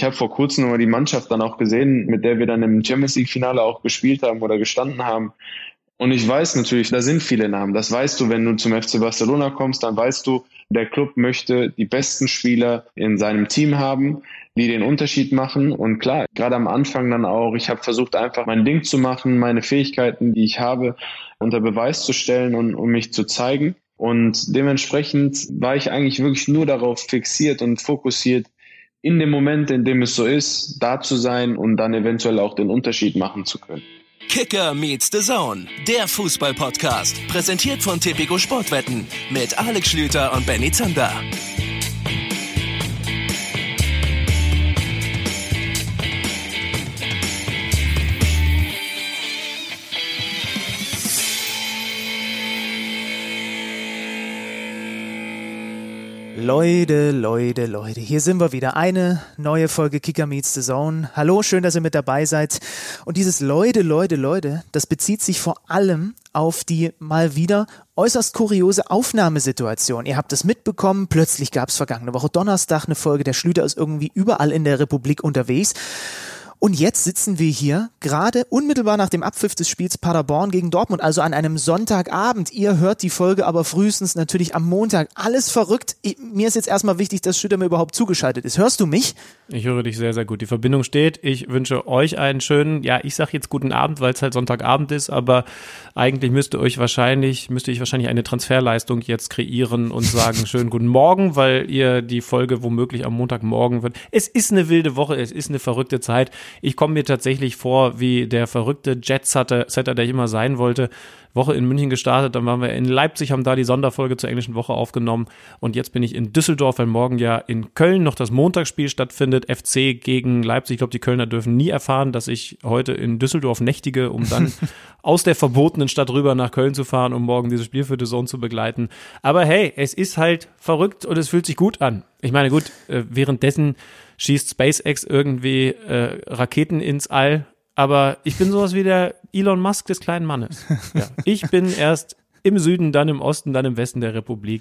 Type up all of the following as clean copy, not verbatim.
habe vor kurzem mal die Mannschaft dann auch gesehen, mit der wir dann im Champions League Finale auch gespielt haben oder gestanden haben. Und ich weiß natürlich, da sind viele Namen. Das weißt du, wenn du zum FC Barcelona kommst, dann weißt du, der Club möchte die besten Spieler in seinem Team haben, die den Unterschied machen. Und klar, gerade am Anfang dann auch, ich habe versucht, einfach mein Ding zu machen, meine Fähigkeiten, die ich habe, unter Beweis zu stellen und um mich zu zeigen. Und dementsprechend war ich eigentlich wirklich nur darauf fixiert und fokussiert, in dem Moment, in dem es so ist, da zu sein und dann eventuell auch den Unterschied machen zu können. Kicker meets the Zone, der Fußball-Podcast, präsentiert von Tipico Sportwetten mit Alex Schlüter und Benny Zander. Leute, hier sind wir wieder. Eine neue Folge Kicker meets the Zone. Hallo, schön, dass ihr mit dabei seid. Und dieses Leute, das bezieht sich vor allem auf die mal wieder äußerst kuriose Aufnahmesituation. Ihr habt es mitbekommen, plötzlich gab es vergangene Woche Donnerstag eine Folge, der Schlüter ist irgendwie überall in der Republik unterwegs. Und jetzt sitzen wir hier, gerade unmittelbar nach dem Abpfiff des Spiels Paderborn gegen Dortmund, also an einem Sonntagabend. Ihr hört die Folge aber frühestens natürlich am Montag. Alles verrückt. Mir ist jetzt erstmal wichtig, dass Schlüter mir überhaupt zugeschaltet ist. Hörst du mich? Ich höre dich sehr, sehr gut. Die Verbindung steht. Ich wünsche euch einen schönen, ich sag jetzt guten Abend, weil es halt Sonntagabend ist, aber eigentlich müsste ich wahrscheinlich eine Transferleistung jetzt kreieren und sagen, schönen guten Morgen, weil ihr die Folge womöglich am Montagmorgen wird. Es ist eine wilde Woche, es ist eine verrückte Zeit. Ich komme mir tatsächlich vor wie der verrückte Jet-Setter, der ich immer sein wollte. Woche in München gestartet, dann waren wir in Leipzig, haben da die Sonderfolge zur englischen Woche aufgenommen und jetzt bin ich in Düsseldorf, weil morgen ja in Köln noch das Montagsspiel stattfindet, FC gegen Leipzig. Ich glaube, die Kölner dürfen nie erfahren, dass ich heute in Düsseldorf nächtige, um dann aus der verbotenen Stadt rüber nach Köln zu fahren, um morgen dieses Spiel für The Zone zu begleiten. Aber hey, es ist halt verrückt und es fühlt sich gut an. Ich meine, gut, währenddessen schießt SpaceX irgendwie Raketen ins All, aber ich bin sowas wie der Elon Musk des kleinen Mannes. Ja, ich bin erst im Süden, dann im Osten, dann im Westen der Republik.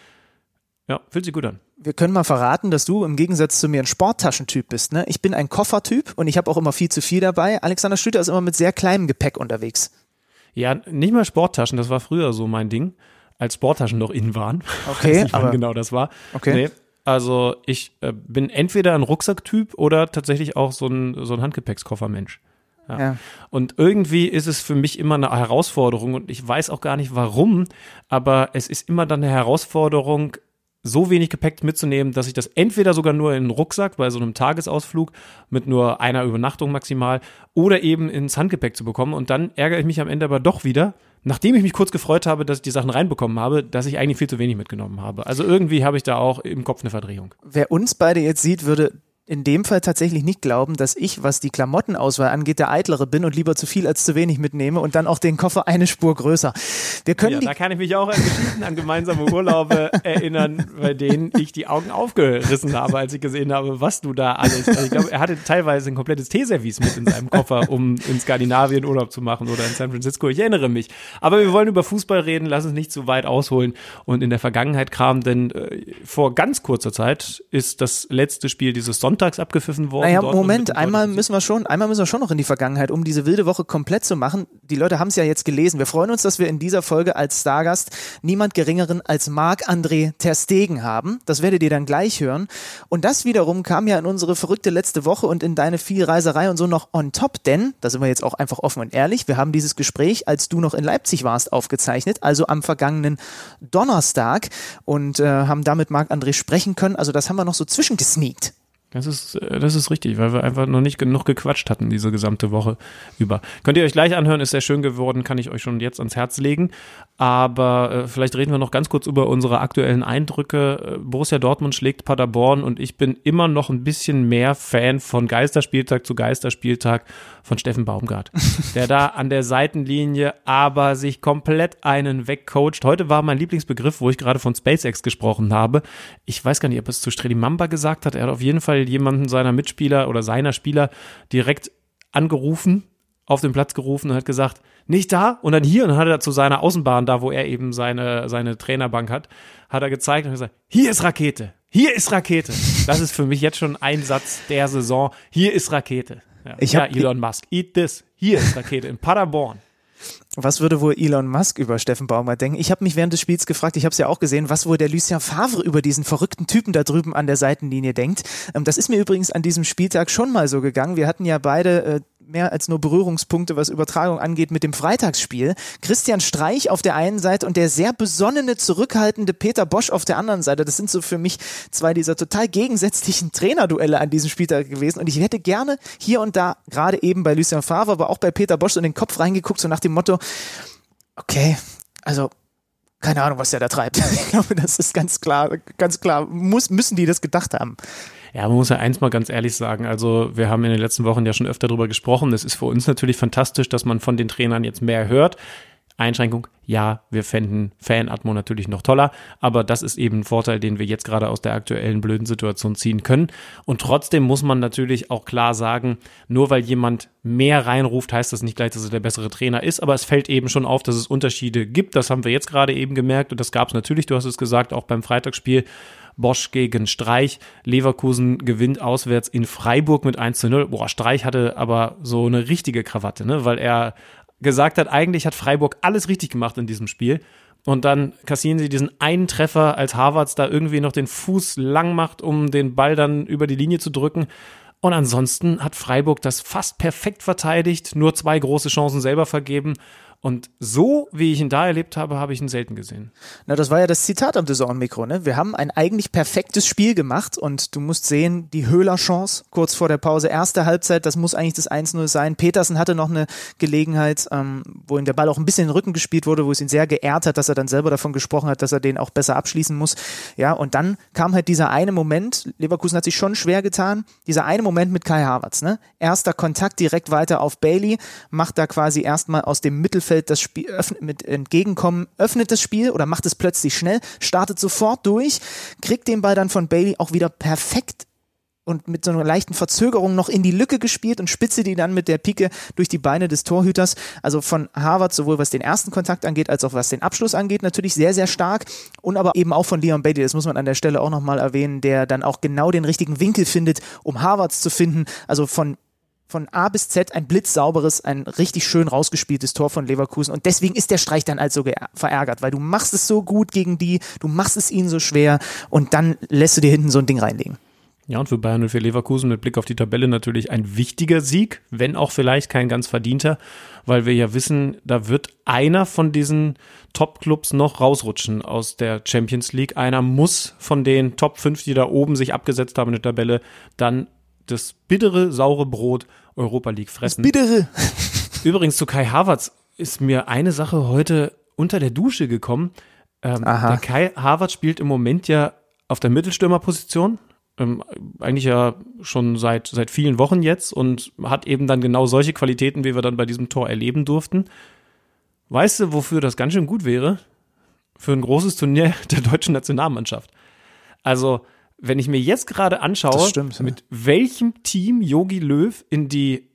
Ja, fühlt sich gut an. Wir können mal verraten, dass du im Gegensatz zu mir ein Sporttaschentyp bist, ne? Ich bin ein Koffertyp und ich habe auch immer viel zu viel dabei. Alexander Schlüter ist immer mit sehr kleinem Gepäck unterwegs. Ja, nicht mal Sporttaschen, das war früher so mein Ding, als Sporttaschen noch in waren. Okay, ich weiß nicht, wann genau das war. Okay. Nee. Also ich bin entweder ein Rucksacktyp oder tatsächlich auch so ein Handgepäckskoffermensch. Ja. Und irgendwie ist es für mich immer eine Herausforderung und ich weiß auch gar nicht warum, aber es ist immer dann eine Herausforderung, so wenig Gepäck mitzunehmen, dass ich das entweder sogar nur in einen Rucksack bei so einem Tagesausflug mit nur einer Übernachtung maximal oder eben ins Handgepäck zu bekommen und dann ärgere ich mich am Ende aber doch wieder, nachdem ich mich kurz gefreut habe, dass ich die Sachen reinbekommen habe, dass ich eigentlich viel zu wenig mitgenommen habe. Also irgendwie habe ich da auch im Kopf eine Verdrehung. Wer uns beide jetzt sieht, würde in dem Fall tatsächlich nicht glauben, dass ich, was die Klamottenauswahl angeht, der Eitlere bin und lieber zu viel als zu wenig mitnehme und dann auch den Koffer eine Spur größer. Wir können da kann ich mich auch an Geschichten an gemeinsame Urlaube erinnern, bei denen ich die Augen aufgerissen habe, als ich gesehen habe, was du da alles. Also ich glaube, er hatte teilweise ein komplettes Teeservice mit in seinem Koffer, um in Skandinavien Urlaub zu machen oder in San Francisco. Ich erinnere mich. Aber wir wollen über Fußball reden, lass uns nicht zu weit ausholen und in der Vergangenheit kramen, denn vor ganz kurzer Zeit ist das letzte Spiel dieses Sonntags abgepfiffen worden. Naja, Moment, einmal müssen wir schon noch in die Vergangenheit, um diese wilde Woche komplett zu machen. Die Leute haben es ja jetzt gelesen. Wir freuen uns, dass wir in dieser Folge als Stargast niemand Geringeren als Marc-André ter Stegen haben. Das werdet ihr dann gleich hören. Und das wiederum kam ja in unsere verrückte letzte Woche und in deine viel Reiserei und so noch on top, denn, da sind wir jetzt auch einfach offen und ehrlich, wir haben dieses Gespräch, als du noch in Leipzig warst, aufgezeichnet, also am vergangenen Donnerstag und haben damit Marc-André sprechen können. Also das haben wir noch so zwischengesneakt. Das ist richtig, weil wir einfach noch nicht genug gequatscht hatten diese gesamte Woche über. Könnt ihr euch gleich anhören, ist sehr schön geworden, kann ich euch schon jetzt ans Herz legen. Aber vielleicht reden wir noch ganz kurz über unsere aktuellen Eindrücke. Borussia Dortmund schlägt Paderborn und ich bin immer noch ein bisschen mehr Fan von Geisterspieltag zu Geisterspieltag von Steffen Baumgart, der da an der Seitenlinie aber sich komplett einen wegcoacht. Heute war mein Lieblingsbegriff, wo ich gerade von SpaceX gesprochen habe. Ich weiß gar nicht, ob es zu Strelimamba gesagt hat. Er hat auf jeden Fall jemanden seiner Mitspieler oder seiner Spieler direkt angerufen, auf den Platz gerufen und hat gesagt, nicht da und dann hier. Und dann hat er zu seiner Außenbahn, da wo er eben seine Trainerbank hat, hat er gezeigt und gesagt, hier ist Rakete. Hier ist Rakete. Das ist für mich jetzt schon ein Satz der Saison. Hier ist Rakete. Ja, Elon Musk, eat this. Hier ist Rakete in Paderborn. Was würde wohl Elon Musk über Steffen Baumgart denken? Ich habe mich während des Spiels gefragt, ich habe es ja auch gesehen, was wohl der Lucien Favre über diesen verrückten Typen da drüben an der Seitenlinie denkt. Das ist mir übrigens an diesem Spieltag schon mal so gegangen. Wir hatten ja beide mehr als nur Berührungspunkte, was Übertragung angeht, mit dem Freitagsspiel. Christian Streich auf der einen Seite und der sehr besonnene, zurückhaltende Peter Bosch auf der anderen Seite. Das sind so für mich zwei dieser total gegensätzlichen Trainerduelle an diesem Spieltag gewesen. Und ich hätte gerne hier und da, gerade eben bei Lucien Favre, aber auch bei Peter Bosch, so in den Kopf reingeguckt, so nach dem Motto, okay, also keine Ahnung, was der da treibt. Ich glaube, das ist ganz klar, müssen die das gedacht haben. Ja, man muss ja eins mal ganz ehrlich sagen, also wir haben in den letzten Wochen ja schon öfter darüber gesprochen, es ist für uns natürlich fantastisch, dass man von den Trainern jetzt mehr hört. Einschränkung, ja, wir fänden Fan-Atmo natürlich noch toller, aber das ist eben ein Vorteil, den wir jetzt gerade aus der aktuellen blöden Situation ziehen können. Und trotzdem muss man natürlich auch klar sagen, nur weil jemand mehr reinruft, heißt das nicht gleich, dass er der bessere Trainer ist, aber es fällt eben schon auf, dass es Unterschiede gibt. Das haben wir jetzt gerade eben gemerkt und das gab es natürlich, du hast es gesagt, auch beim Freitagsspiel. Bosch gegen Streich. Leverkusen gewinnt auswärts in Freiburg mit 1:0. Boah, Streich hatte aber so eine richtige Krawatte, ne, weil er gesagt hat, eigentlich hat Freiburg alles richtig gemacht in diesem Spiel. Und dann kassieren sie diesen einen Treffer, als Havertz da irgendwie noch den Fuß lang macht, um den Ball dann über die Linie zu drücken. Und ansonsten hat Freiburg das fast perfekt verteidigt, nur 2 große Chancen selber vergeben. Und so, wie ich ihn da erlebt habe, habe ich ihn selten gesehen. Na, das war ja das Zitat am DAZN-Mikro, ne? Wir haben ein eigentlich perfektes Spiel gemacht und du musst sehen, die Höhler-Chance kurz vor der Pause, erste Halbzeit, das muss eigentlich das 1:0 sein. Petersen hatte noch eine Gelegenheit, wo ihm der Ball auch ein bisschen in den Rücken gespielt wurde, wo es ihn sehr geehrt hat, dass er dann selber davon gesprochen hat, dass er den auch besser abschließen muss. Ja, und dann kam halt dieser eine Moment, Leverkusen hat sich schon schwer getan, dieser eine Moment mit Kai Havertz, ne? Erster Kontakt direkt weiter auf Bailey, macht da quasi erstmal aus dem Mittelfeld das Spiel, mit Entgegenkommen, öffnet das Spiel oder macht es plötzlich schnell, startet sofort durch, kriegt den Ball dann von Bailey auch wieder perfekt und mit so einer leichten Verzögerung noch in die Lücke gespielt und spitze die dann mit der Pike durch die Beine des Torhüters. Also von Havertz, sowohl was den ersten Kontakt angeht, als auch was den Abschluss angeht, natürlich sehr, sehr stark. Und aber eben auch von Leon Bailey, das muss man an der Stelle auch nochmal erwähnen, der dann auch genau den richtigen Winkel findet, um Havertz zu finden. Also von A bis Z ein blitzsauberes, ein richtig schön rausgespieltes Tor von Leverkusen und deswegen ist der Streich dann halt so verärgert, weil du machst es so gut gegen die, du machst es ihnen so schwer und dann lässt du dir hinten so ein Ding reinlegen. Ja, und für Bayern und für Leverkusen mit Blick auf die Tabelle natürlich ein wichtiger Sieg, wenn auch vielleicht kein ganz verdienter, weil wir ja wissen, da wird einer von diesen Top-Clubs noch rausrutschen aus der Champions League. Einer muss von den Top 5, die da oben sich abgesetzt haben in der Tabelle, dann das bittere, saure Brot Europa League fressen. Das bittere. Übrigens zu Kai Havertz ist mir eine Sache heute unter der Dusche gekommen. Der Kai Havertz spielt im Moment ja auf der Mittelstürmerposition, eigentlich ja schon seit vielen Wochen jetzt und hat eben dann genau solche Qualitäten, wie wir dann bei diesem Tor erleben durften. Weißt du, wofür das ganz schön gut wäre? Für ein großes Turnier der deutschen Nationalmannschaft. Also wenn ich mir jetzt gerade anschaue, mit welchem Team Jogi Löw in die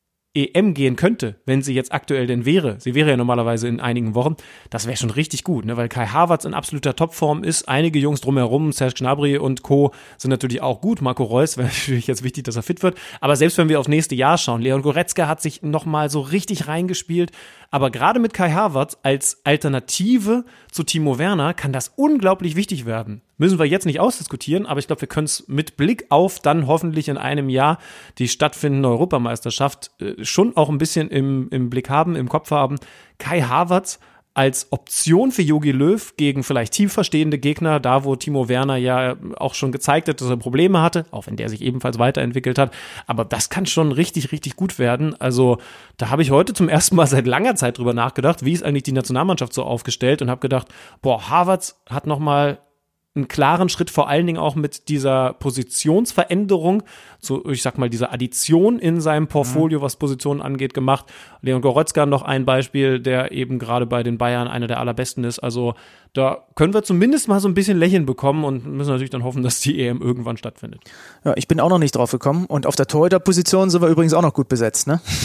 EM gehen könnte, wenn sie jetzt aktuell denn wäre, sie wäre ja normalerweise in einigen Wochen, das wäre schon richtig gut, ne? Weil Kai Havertz in absoluter Topform ist, einige Jungs drumherum, Serge Gnabry und Co. sind natürlich auch gut, Marco Reus wäre natürlich jetzt wichtig, dass er fit wird, aber selbst wenn wir aufs nächste Jahr schauen, Leon Goretzka hat sich nochmal so richtig reingespielt, aber gerade mit Kai Havertz als Alternative zu Timo Werner kann das unglaublich wichtig werden. Müssen wir jetzt nicht ausdiskutieren, aber ich glaube, wir können es mit Blick auf dann hoffentlich in einem Jahr die stattfindende Europameisterschaft schon auch ein bisschen im Blick haben, im Kopf haben. Kai Havertz als Option für Jogi Löw gegen vielleicht tiefverstehende Gegner, da wo Timo Werner ja auch schon gezeigt hat, dass er Probleme hatte, auch wenn der sich ebenfalls weiterentwickelt hat. Aber das kann schon richtig, richtig gut werden. Also da habe ich heute zum ersten Mal seit langer Zeit drüber nachgedacht, wie ist eigentlich die Nationalmannschaft so aufgestellt und habe gedacht, Havertz hat nochmal einen klaren Schritt, vor allen Dingen auch mit dieser Positionsveränderung, so ich sag mal dieser Addition in seinem Portfolio, was Positionen angeht, gemacht. Leon Goretzka noch ein Beispiel, der eben gerade bei den Bayern einer der allerbesten ist. Also da können wir zumindest mal so ein bisschen Lächeln bekommen und müssen natürlich dann hoffen, dass die EM irgendwann stattfindet. Ja, ich bin auch noch nicht drauf gekommen und auf der Torhüterposition sind wir übrigens auch noch gut besetzt, ne?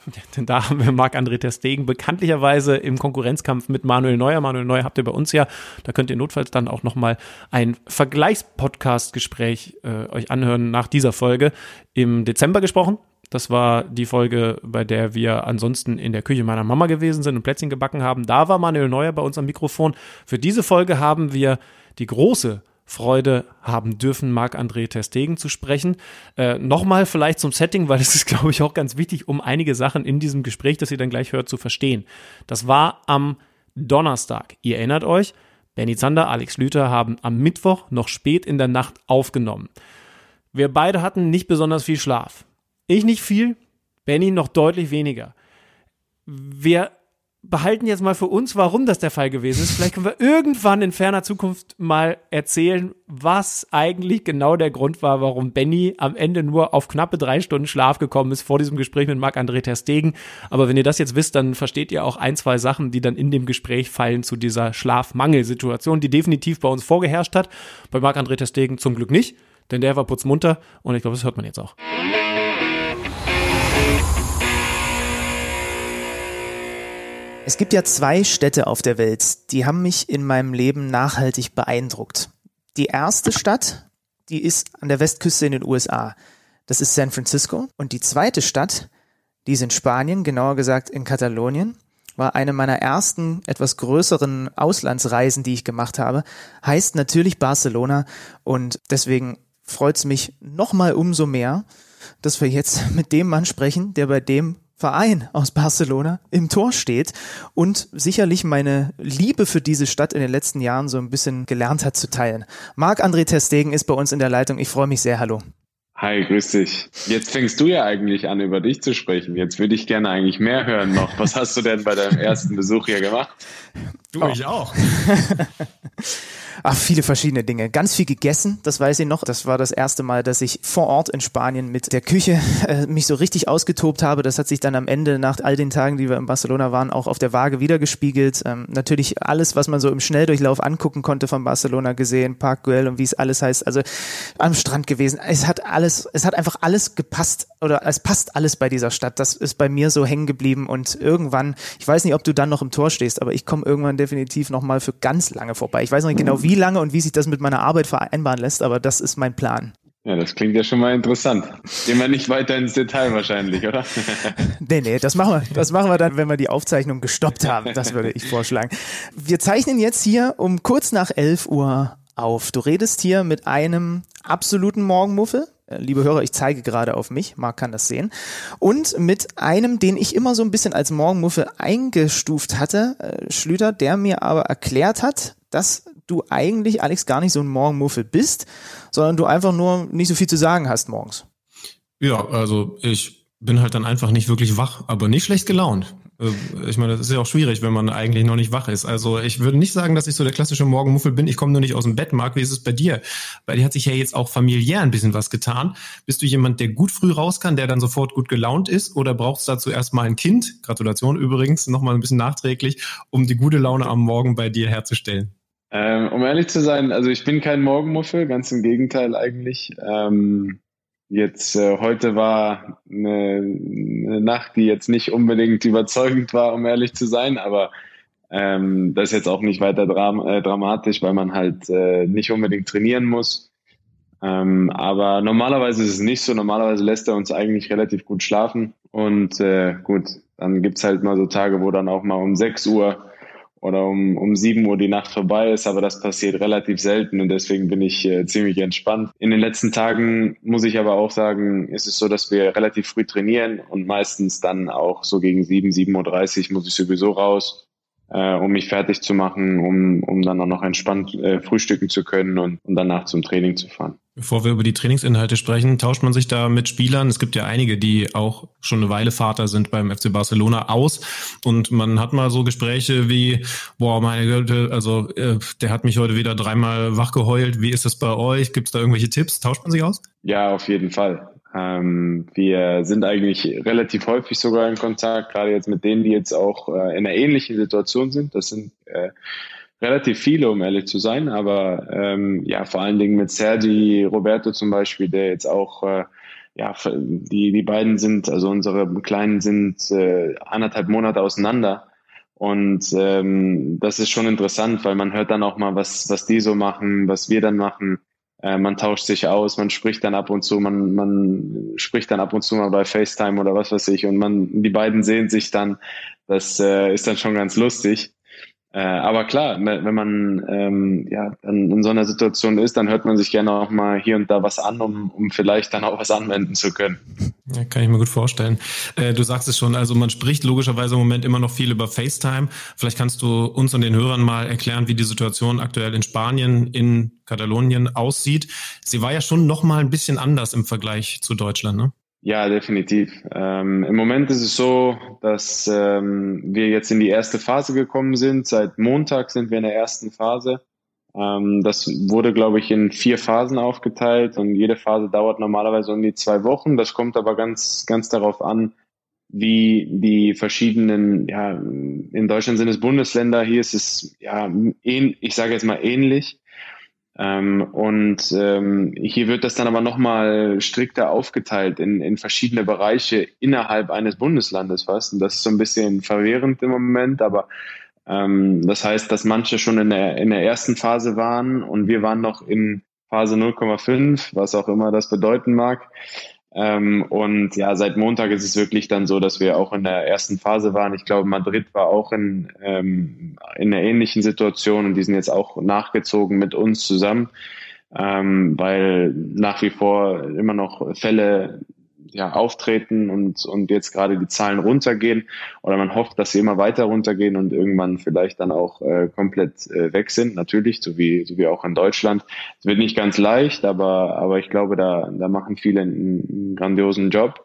Denn da haben wir Marc-André ter Stegen bekanntlicherweise im Konkurrenzkampf mit Manuel Neuer. Manuel Neuer habt ihr bei uns ja, da könnt ihr notfalls dann auch nochmal ein Vergleichspodcast-Gespräch euch anhören nach dieser Folge im Dezember gesprochen. Das war die Folge, bei der wir ansonsten in der Küche meiner Mama gewesen sind und Plätzchen gebacken haben. Da war Manuel Neuer bei uns am Mikrofon. Für diese Folge haben wir die große Freude haben dürfen, Marc-André ter Stegen zu sprechen. Nochmal vielleicht zum Setting, weil es ist, glaube ich, auch ganz wichtig, um einige Sachen in diesem Gespräch, das ihr dann gleich hört, zu verstehen. Das war am Donnerstag. Ihr erinnert euch, Benny Zander, Alex Schlüter haben am Mittwoch noch spät in der Nacht aufgenommen. Wir beide hatten nicht besonders viel Schlaf. Ich nicht viel, Benny noch deutlich weniger. Wir behalten jetzt mal für uns, warum das der Fall gewesen ist. Vielleicht können wir irgendwann in ferner Zukunft mal erzählen, was eigentlich genau der Grund war, warum Benny am Ende nur auf knappe 3 Stunden Schlaf gekommen ist vor diesem Gespräch mit Marc-André ter Stegen. Aber wenn ihr das jetzt wisst, dann versteht ihr auch 1, 2 Sachen, die dann in dem Gespräch fallen zu dieser Schlafmangelsituation, die definitiv bei uns vorgeherrscht hat. Bei Marc-André ter Stegen zum Glück nicht, denn der war putzmunter und ich glaube, das hört man jetzt auch. Es gibt ja 2 Städte auf der Welt, die haben mich in meinem Leben nachhaltig beeindruckt. Die erste Stadt, die ist an der Westküste in den USA. Das ist San Francisco. Und die zweite Stadt, die ist in Spanien, genauer gesagt in Katalonien, war eine meiner ersten, etwas größeren Auslandsreisen, die ich gemacht habe. Heißt natürlich Barcelona und deswegen freut es mich nochmal umso mehr, dass wir jetzt mit dem Mann sprechen, der bei dem Verein aus Barcelona im Tor steht und sicherlich meine Liebe für diese Stadt in den letzten Jahren so ein bisschen gelernt hat zu teilen. Marc-André ter Stegen ist bei uns in der Leitung. Ich freue mich sehr. Hallo. Hi, grüß dich. Jetzt fängst du ja eigentlich an, über dich zu sprechen. Jetzt würde ich gerne eigentlich mehr hören noch. Was hast du denn bei deinem ersten Besuch hier gemacht? Du, ich auch. Ach, viele verschiedene Dinge. Ganz viel gegessen, das weiß ich noch. Das war das erste Mal, dass ich vor Ort in Spanien mit der Küche mich so richtig ausgetobt habe. Das hat sich dann am Ende nach all den Tagen, die wir in Barcelona waren, auch auf der Waage wiedergespiegelt. Natürlich alles, was man so im Schnelldurchlauf angucken konnte von Barcelona gesehen, Park Güell und wie es alles heißt. Also am Strand gewesen. Es hat einfach alles gepasst oder es passt alles bei dieser Stadt. Das ist bei mir so hängen geblieben und irgendwann, ich weiß nicht, ob du dann noch im Tor stehst, aber ich komme irgendwann definitiv nochmal für ganz lange vorbei. Ich weiß noch nicht genau, wie lange und wie sich das mit meiner Arbeit vereinbaren lässt, aber das ist mein Plan. Ja, das klingt ja schon mal interessant. Gehen wir nicht weiter ins Detail wahrscheinlich, oder? Nee, das machen wir dann, wenn wir die Aufzeichnung gestoppt haben. Das würde ich vorschlagen. Wir zeichnen jetzt hier um kurz nach 11 Uhr auf. Du redest hier mit einem absoluten Morgenmuffel. Liebe Hörer, ich zeige gerade auf mich, Marc kann das sehen. Und mit einem, den ich immer so ein bisschen als Morgenmuffel eingestuft hatte, Schlüter, der mir aber erklärt hat, dass du eigentlich, Alex, gar nicht so ein Morgenmuffel bist, sondern du einfach nur nicht so viel zu sagen hast morgens. Ja, also ich bin halt dann einfach nicht wirklich wach, aber nicht schlecht gelaunt. Ich meine, das ist ja auch schwierig, wenn man eigentlich noch nicht wach ist. Also ich würde nicht sagen, dass ich so der klassische Morgenmuffel bin. Ich komme nur nicht aus dem Bett. Marc, wie ist es bei dir? Bei dir hat sich ja jetzt auch familiär ein bisschen was getan. Bist du jemand, der gut früh raus kann, der dann sofort gut gelaunt ist? Oder brauchst du dazu erstmal ein Kind? Gratulation übrigens, nochmal ein bisschen nachträglich, um die gute Laune am Morgen bei dir herzustellen. Um ehrlich zu sein, also ich bin kein Morgenmuffel, ganz im Gegenteil eigentlich. Heute war eine Nacht, die jetzt nicht unbedingt überzeugend war, um ehrlich zu sein, aber das ist jetzt auch nicht weiter dramatisch, weil man halt nicht unbedingt trainieren muss. Aber normalerweise ist es nicht so. Normalerweise lässt er uns eigentlich relativ gut schlafen. Und gut, dann gibt's halt mal so Tage, wo dann auch mal um 6 Uhr oder um 7 Uhr die Nacht vorbei ist, aber das passiert relativ selten und deswegen bin ich ziemlich entspannt. In den letzten Tagen muss ich aber auch sagen, ist es so, dass wir relativ früh trainieren und meistens dann auch so gegen 7:30 Uhr muss ich sowieso raus, um mich fertig zu machen, um dann auch noch entspannt frühstücken zu können und danach zum Training zu fahren. Bevor wir über die Trainingsinhalte sprechen, tauscht man sich da mit Spielern, es gibt ja einige, die auch schon eine Weile Vater sind beim FC Barcelona, aus und man hat mal so Gespräche wie, boah, meine Güte, also der hat mich heute wieder 3-mal wach geheult, wie ist das bei euch? Gibt es da irgendwelche Tipps? Tauscht man sich aus? Ja, auf jeden Fall. Wir sind eigentlich relativ häufig sogar in Kontakt, gerade jetzt mit denen, die jetzt auch in einer ähnlichen Situation sind. Das sind relativ viele, um ehrlich zu sein, aber vor allen Dingen mit Sergi Roberto zum Beispiel, der jetzt auch die beiden sind, also unsere Kleinen sind 1,5 Monate auseinander. Und das ist schon interessant, weil man hört dann auch mal, was die so machen, was wir dann machen. Man tauscht sich aus, man spricht dann ab und zu, man spricht dann ab und zu mal bei FaceTime oder was weiß ich. Und die beiden sehen sich dann. Das ist dann schon ganz lustig. Aber klar, wenn man dann in so einer Situation ist, dann hört man sich gerne auch mal hier und da was an, um vielleicht dann auch was anwenden zu können. Ja, kann ich mir gut vorstellen. Du sagst es schon, also man spricht logischerweise im Moment immer noch viel über FaceTime. Vielleicht kannst du uns und den Hörern mal erklären, wie die Situation aktuell in Spanien, in Katalonien aussieht. Sie war ja schon noch mal ein bisschen anders im Vergleich zu Deutschland, ne? Ja, definitiv. Im Moment ist es so, dass wir jetzt in die erste Phase gekommen sind. Seit Montag sind wir in der ersten Phase. Das wurde, glaube ich, in 4 Phasen aufgeteilt und jede Phase dauert normalerweise um die 2 Wochen. Das kommt aber ganz, ganz darauf an, wie die verschiedenen, in Deutschland sind es Bundesländer, hier ist es, ich sage jetzt mal ähnlich. Hier wird das dann aber nochmal strikter aufgeteilt in verschiedene Bereiche innerhalb eines Bundeslandes fast. Und das ist so ein bisschen verwirrend im Moment, aber das heißt, dass manche schon in der ersten Phase waren und wir waren noch in Phase 0,5, was auch immer das bedeuten mag. Seit Montag ist es wirklich dann so, dass wir auch in der ersten Phase waren. Ich glaube, Madrid war auch in einer ähnlichen Situation und die sind jetzt auch nachgezogen mit uns zusammen, weil nach wie vor immer noch Fälle auftreten und jetzt gerade die Zahlen runtergehen oder man hofft, dass sie immer weiter runtergehen und irgendwann vielleicht dann auch komplett weg sind, natürlich, so wie auch in Deutschland. Es wird nicht ganz leicht, aber ich glaube, da machen viele einen grandiosen Job.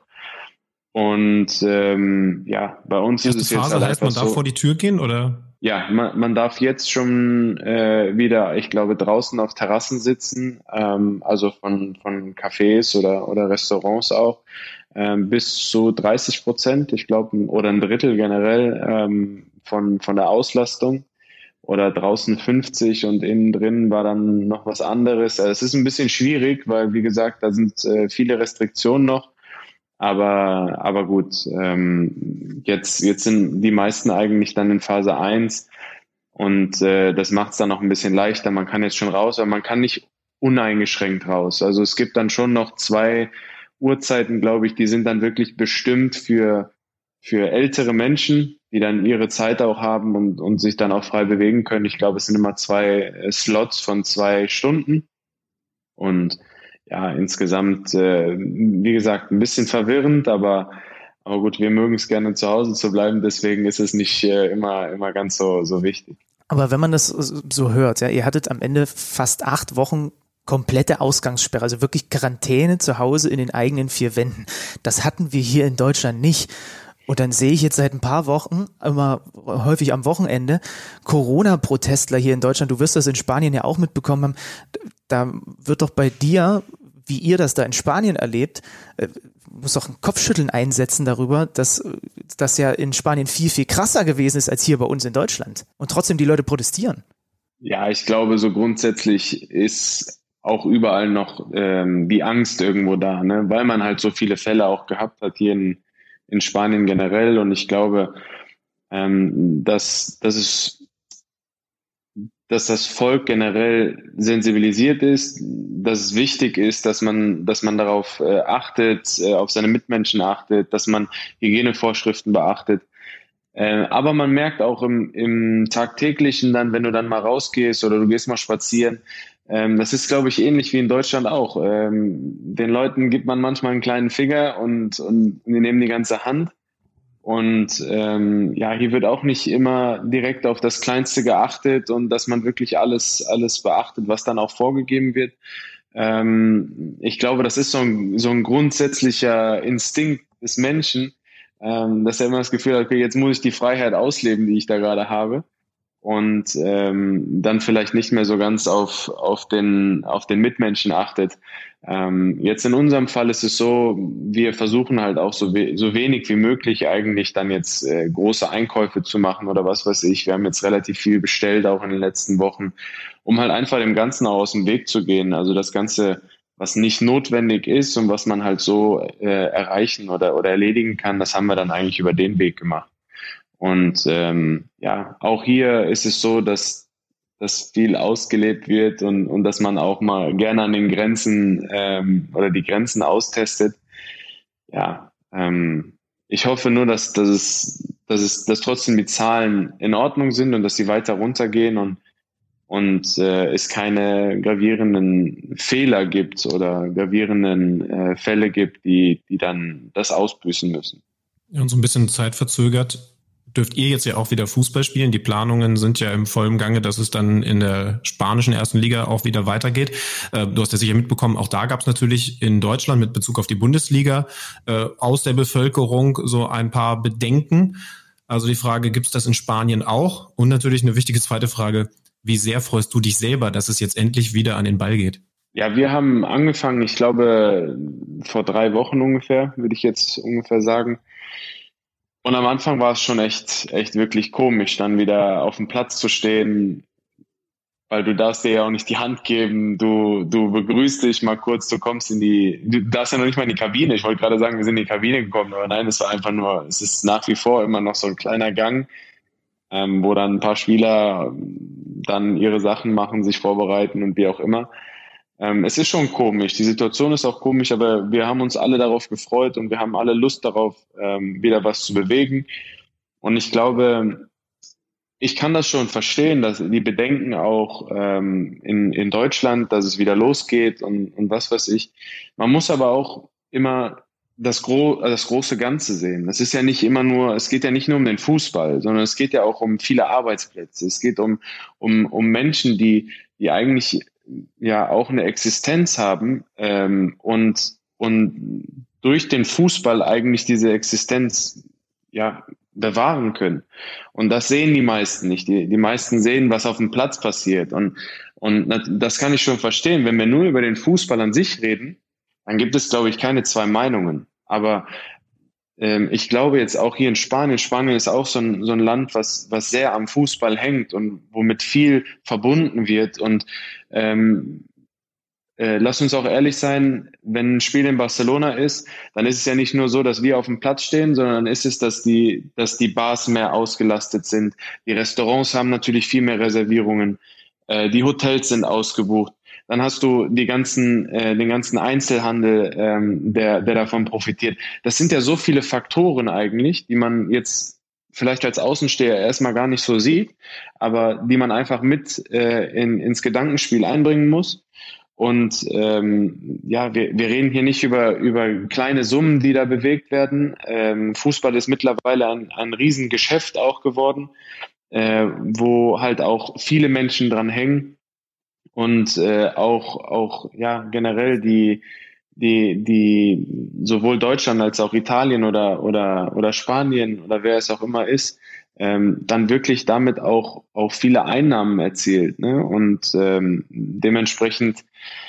Und bei uns ist es jetzt halt heißt, man darf vor die Tür gehen, oder? Ja, man darf jetzt schon wieder, ich glaube, draußen auf Terrassen sitzen, also von Cafés oder Restaurants auch, bis zu 30%, ich glaube, oder ein Drittel generell von der Auslastung. Oder draußen 50 und innen drin war dann noch was anderes. Also es ist ein bisschen schwierig, weil, wie gesagt, da sind viele Restriktionen noch. Aber gut, jetzt sind die meisten eigentlich dann in Phase 1 und das macht es dann noch ein bisschen leichter. Man kann jetzt schon raus, aber man kann nicht uneingeschränkt raus. Also es gibt dann schon noch 2 Uhrzeiten, glaube ich, die sind dann wirklich bestimmt für ältere Menschen, die dann ihre Zeit auch haben und sich dann auch frei bewegen können. Ich glaube, es sind immer 2 Slots von 2 Stunden und ja, insgesamt, wie gesagt, ein bisschen verwirrend, aber gut, wir mögen es gerne zu Hause zu bleiben, deswegen ist es nicht immer ganz so wichtig. Aber wenn man das so hört, ja, ihr hattet am Ende fast 8 Wochen komplette Ausgangssperre, also wirklich Quarantäne zu Hause in den eigenen 4 Wänden. Das hatten wir hier in Deutschland nicht. Und dann sehe ich jetzt seit ein paar Wochen, immer häufig am Wochenende, Corona-Protestler hier in Deutschland. Du wirst das in Spanien ja auch mitbekommen haben. Da wird doch bei dir, wie ihr das da in Spanien erlebt, muss doch ein Kopfschütteln einsetzen darüber, dass das ja in Spanien viel, viel krasser gewesen ist als hier bei uns in Deutschland. Und trotzdem die Leute protestieren. Ja, ich glaube, so grundsätzlich ist auch überall noch die Angst irgendwo da, ne? Weil man halt so viele Fälle auch gehabt hat hier in Spanien generell. Und ich glaube, dass das Volk generell sensibilisiert ist, dass es wichtig ist, dass man darauf achtet, auf seine Mitmenschen achtet, dass man Hygienevorschriften beachtet. Aber man merkt auch im Tagtäglichen dann, wenn du dann mal rausgehst oder du gehst mal spazieren, das ist, glaube ich, ähnlich wie in Deutschland auch. Den Leuten gibt man manchmal einen kleinen Finger und die nehmen die ganze Hand. Und hier wird auch nicht immer direkt auf das Kleinste geachtet und dass man wirklich alles beachtet, was dann auch vorgegeben wird. Ich glaube, das ist so ein grundsätzlicher Instinkt des Menschen, dass er immer das Gefühl hat, okay, jetzt muss ich die Freiheit ausleben, die ich da gerade habe. Und dann vielleicht nicht mehr so ganz auf den Mitmenschen achtet. Jetzt in unserem Fall ist es so, wir versuchen halt auch so wenig wie möglich eigentlich dann jetzt große Einkäufe zu machen oder was weiß ich. Wir haben jetzt relativ viel bestellt, auch in den letzten Wochen, um halt einfach dem Ganzen auch aus dem Weg zu gehen. Also das ganze was nicht notwendig ist und was man halt so erreichen oder erledigen kann, das haben wir dann eigentlich über den Weg gemacht. Und auch hier ist es so, dass viel ausgelebt wird und dass man auch mal gerne an den Grenzen oder die Grenzen austestet. Ja, ich hoffe nur, dass trotzdem die Zahlen in Ordnung sind und dass sie weiter runtergehen und es keine gravierenden Fehler gibt oder gravierenden Fälle gibt, die dann das ausbüßen müssen. Ja, und so ein bisschen zeitverzögert dürft ihr jetzt ja auch wieder Fußball spielen. Die Planungen sind ja im vollen Gange, dass es dann in der spanischen ersten Liga auch wieder weitergeht. Du hast ja sicher mitbekommen, auch da gab es natürlich in Deutschland mit Bezug auf die Bundesliga aus der Bevölkerung so ein paar Bedenken. Also die Frage, gibt es das in Spanien auch? Und natürlich eine wichtige zweite Frage, wie sehr freust du dich selber, dass es jetzt endlich wieder an den Ball geht? Ja, wir haben angefangen, ich glaube, vor 3 Wochen ungefähr, würde ich jetzt ungefähr sagen. Und am Anfang war es schon echt wirklich komisch, dann wieder auf dem Platz zu stehen, weil du darfst dir ja auch nicht die Hand geben, du begrüßt dich mal kurz, du darfst ja noch nicht mal in die Kabine. Ich wollte gerade sagen, wir sind in die Kabine gekommen, aber nein, es ist nach wie vor immer noch so ein kleiner Gang, wo dann ein paar Spieler dann ihre Sachen machen, sich vorbereiten und wie auch immer. Es ist schon komisch, die Situation ist auch komisch, aber wir haben uns alle darauf gefreut und wir haben alle Lust darauf, wieder was zu bewegen. Und ich glaube, ich kann das schon verstehen, dass die Bedenken auch in Deutschland, dass es wieder losgeht und was weiß ich. Man muss aber auch immer das große Ganze sehen. Es geht ja nicht nur um den Fußball, sondern es geht ja auch um viele Arbeitsplätze. Es geht um Menschen, die eigentlich ja auch eine Existenz haben und durch den Fußball eigentlich diese Existenz ja bewahren können. Und das sehen die meisten nicht. Die meisten sehen, was auf dem Platz passiert. Und das kann ich schon verstehen. Wenn wir nur über den Fußball an sich reden, dann gibt es, glaube ich, keine 2 Meinungen. Aber ich glaube jetzt auch hier in Spanien ist auch so ein Land, was sehr am Fußball hängt und womit viel verbunden wird. Und lass uns auch ehrlich sein, wenn ein Spiel in Barcelona ist, dann ist es ja nicht nur so, dass wir auf dem Platz stehen, sondern dann ist es, dass die Bars mehr ausgelastet sind. Die Restaurants haben natürlich viel mehr Reservierungen. Die Hotels sind ausgebucht. Dann hast du den ganzen Einzelhandel, der davon profitiert. Das sind ja so viele Faktoren eigentlich, die man jetzt vielleicht als Außensteher erstmal gar nicht so sieht, aber die man einfach mit ins Gedankenspiel einbringen muss. Und wir reden hier nicht über kleine Summen, die da bewegt werden. Fußball ist mittlerweile ein Riesengeschäft auch geworden, wo halt auch viele Menschen dran hängen. Und auch generell die sowohl Deutschland als auch Italien oder Spanien oder wer es auch immer ist, dann wirklich damit auch viele Einnahmen erzielt, ne? Und dementsprechend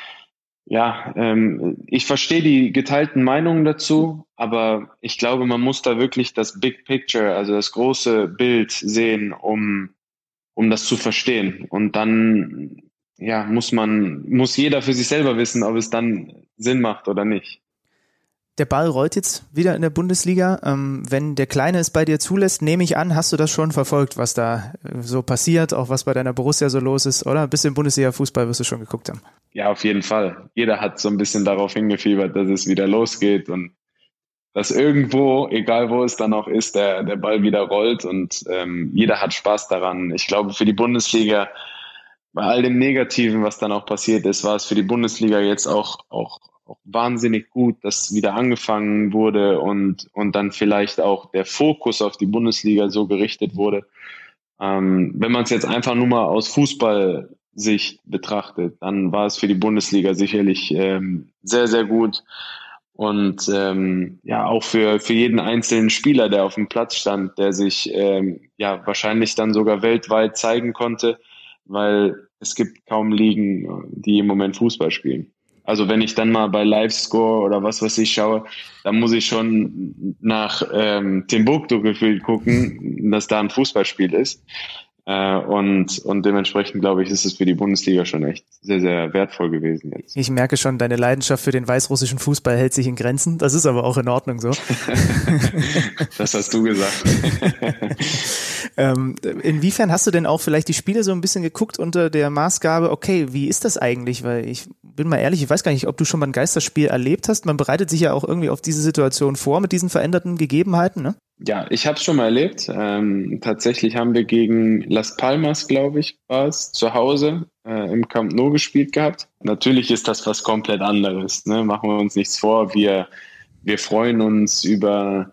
ich verstehe die geteilten Meinungen dazu, aber ich glaube, man muss da wirklich das Big Picture, also das große Bild sehen, um das zu verstehen. Und dann muss jeder für sich selber wissen, ob es dann Sinn macht oder nicht. Der Ball rollt jetzt wieder in der Bundesliga. Wenn der Kleine es bei dir zulässt, nehme ich an, hast du das schon verfolgt, was da so passiert, auch was bei deiner Borussia so los ist, oder? Ein bisschen Bundesliga-Fußball wirst du schon geguckt haben. Ja, auf jeden Fall. Jeder hat so ein bisschen darauf hingefiebert, dass es wieder losgeht und dass irgendwo, egal wo es dann auch ist, der Ball wieder rollt und jeder hat Spaß daran. Ich glaube, für die Bundesliga, bei all dem Negativen, was dann auch passiert ist, war es für die Bundesliga jetzt auch wahnsinnig gut, dass wieder angefangen wurde und dann vielleicht auch der Fokus auf die Bundesliga so gerichtet wurde. Wenn man es jetzt einfach nur mal aus Fußballsicht betrachtet, dann war es für die Bundesliga sicherlich sehr, sehr gut. Und auch für jeden einzelnen Spieler, der auf dem Platz stand, der sich wahrscheinlich dann sogar weltweit zeigen konnte, weil es gibt kaum Ligen, die im Moment Fußball spielen. Also wenn ich dann mal bei Livescore oder was weiß ich schaue, dann muss ich schon nach Timbuktu gefühlt gucken, dass da ein Fußballspiel ist. Und dementsprechend, glaube ich, ist es für die Bundesliga schon echt sehr, sehr wertvoll gewesen jetzt. Ich merke schon, deine Leidenschaft für den weißrussischen Fußball hält sich in Grenzen. Das ist aber auch in Ordnung so. Das hast du gesagt. Inwiefern hast du denn auch vielleicht die Spiele so ein bisschen geguckt unter der Maßgabe, okay, wie ist das eigentlich? Weil ich bin mal ehrlich, ich weiß gar nicht, ob du schon mal ein Geisterspiel erlebt hast. Man bereitet sich ja auch irgendwie auf diese Situation vor mit diesen veränderten Gegebenheiten, ne? Ja, ich habe es schon mal erlebt. Tatsächlich haben wir gegen Las Palmas, glaube ich, war es, zu Hause im Camp Nou gespielt gehabt. Natürlich ist das was komplett anderes, ne? Machen wir uns nichts vor. Wir freuen uns über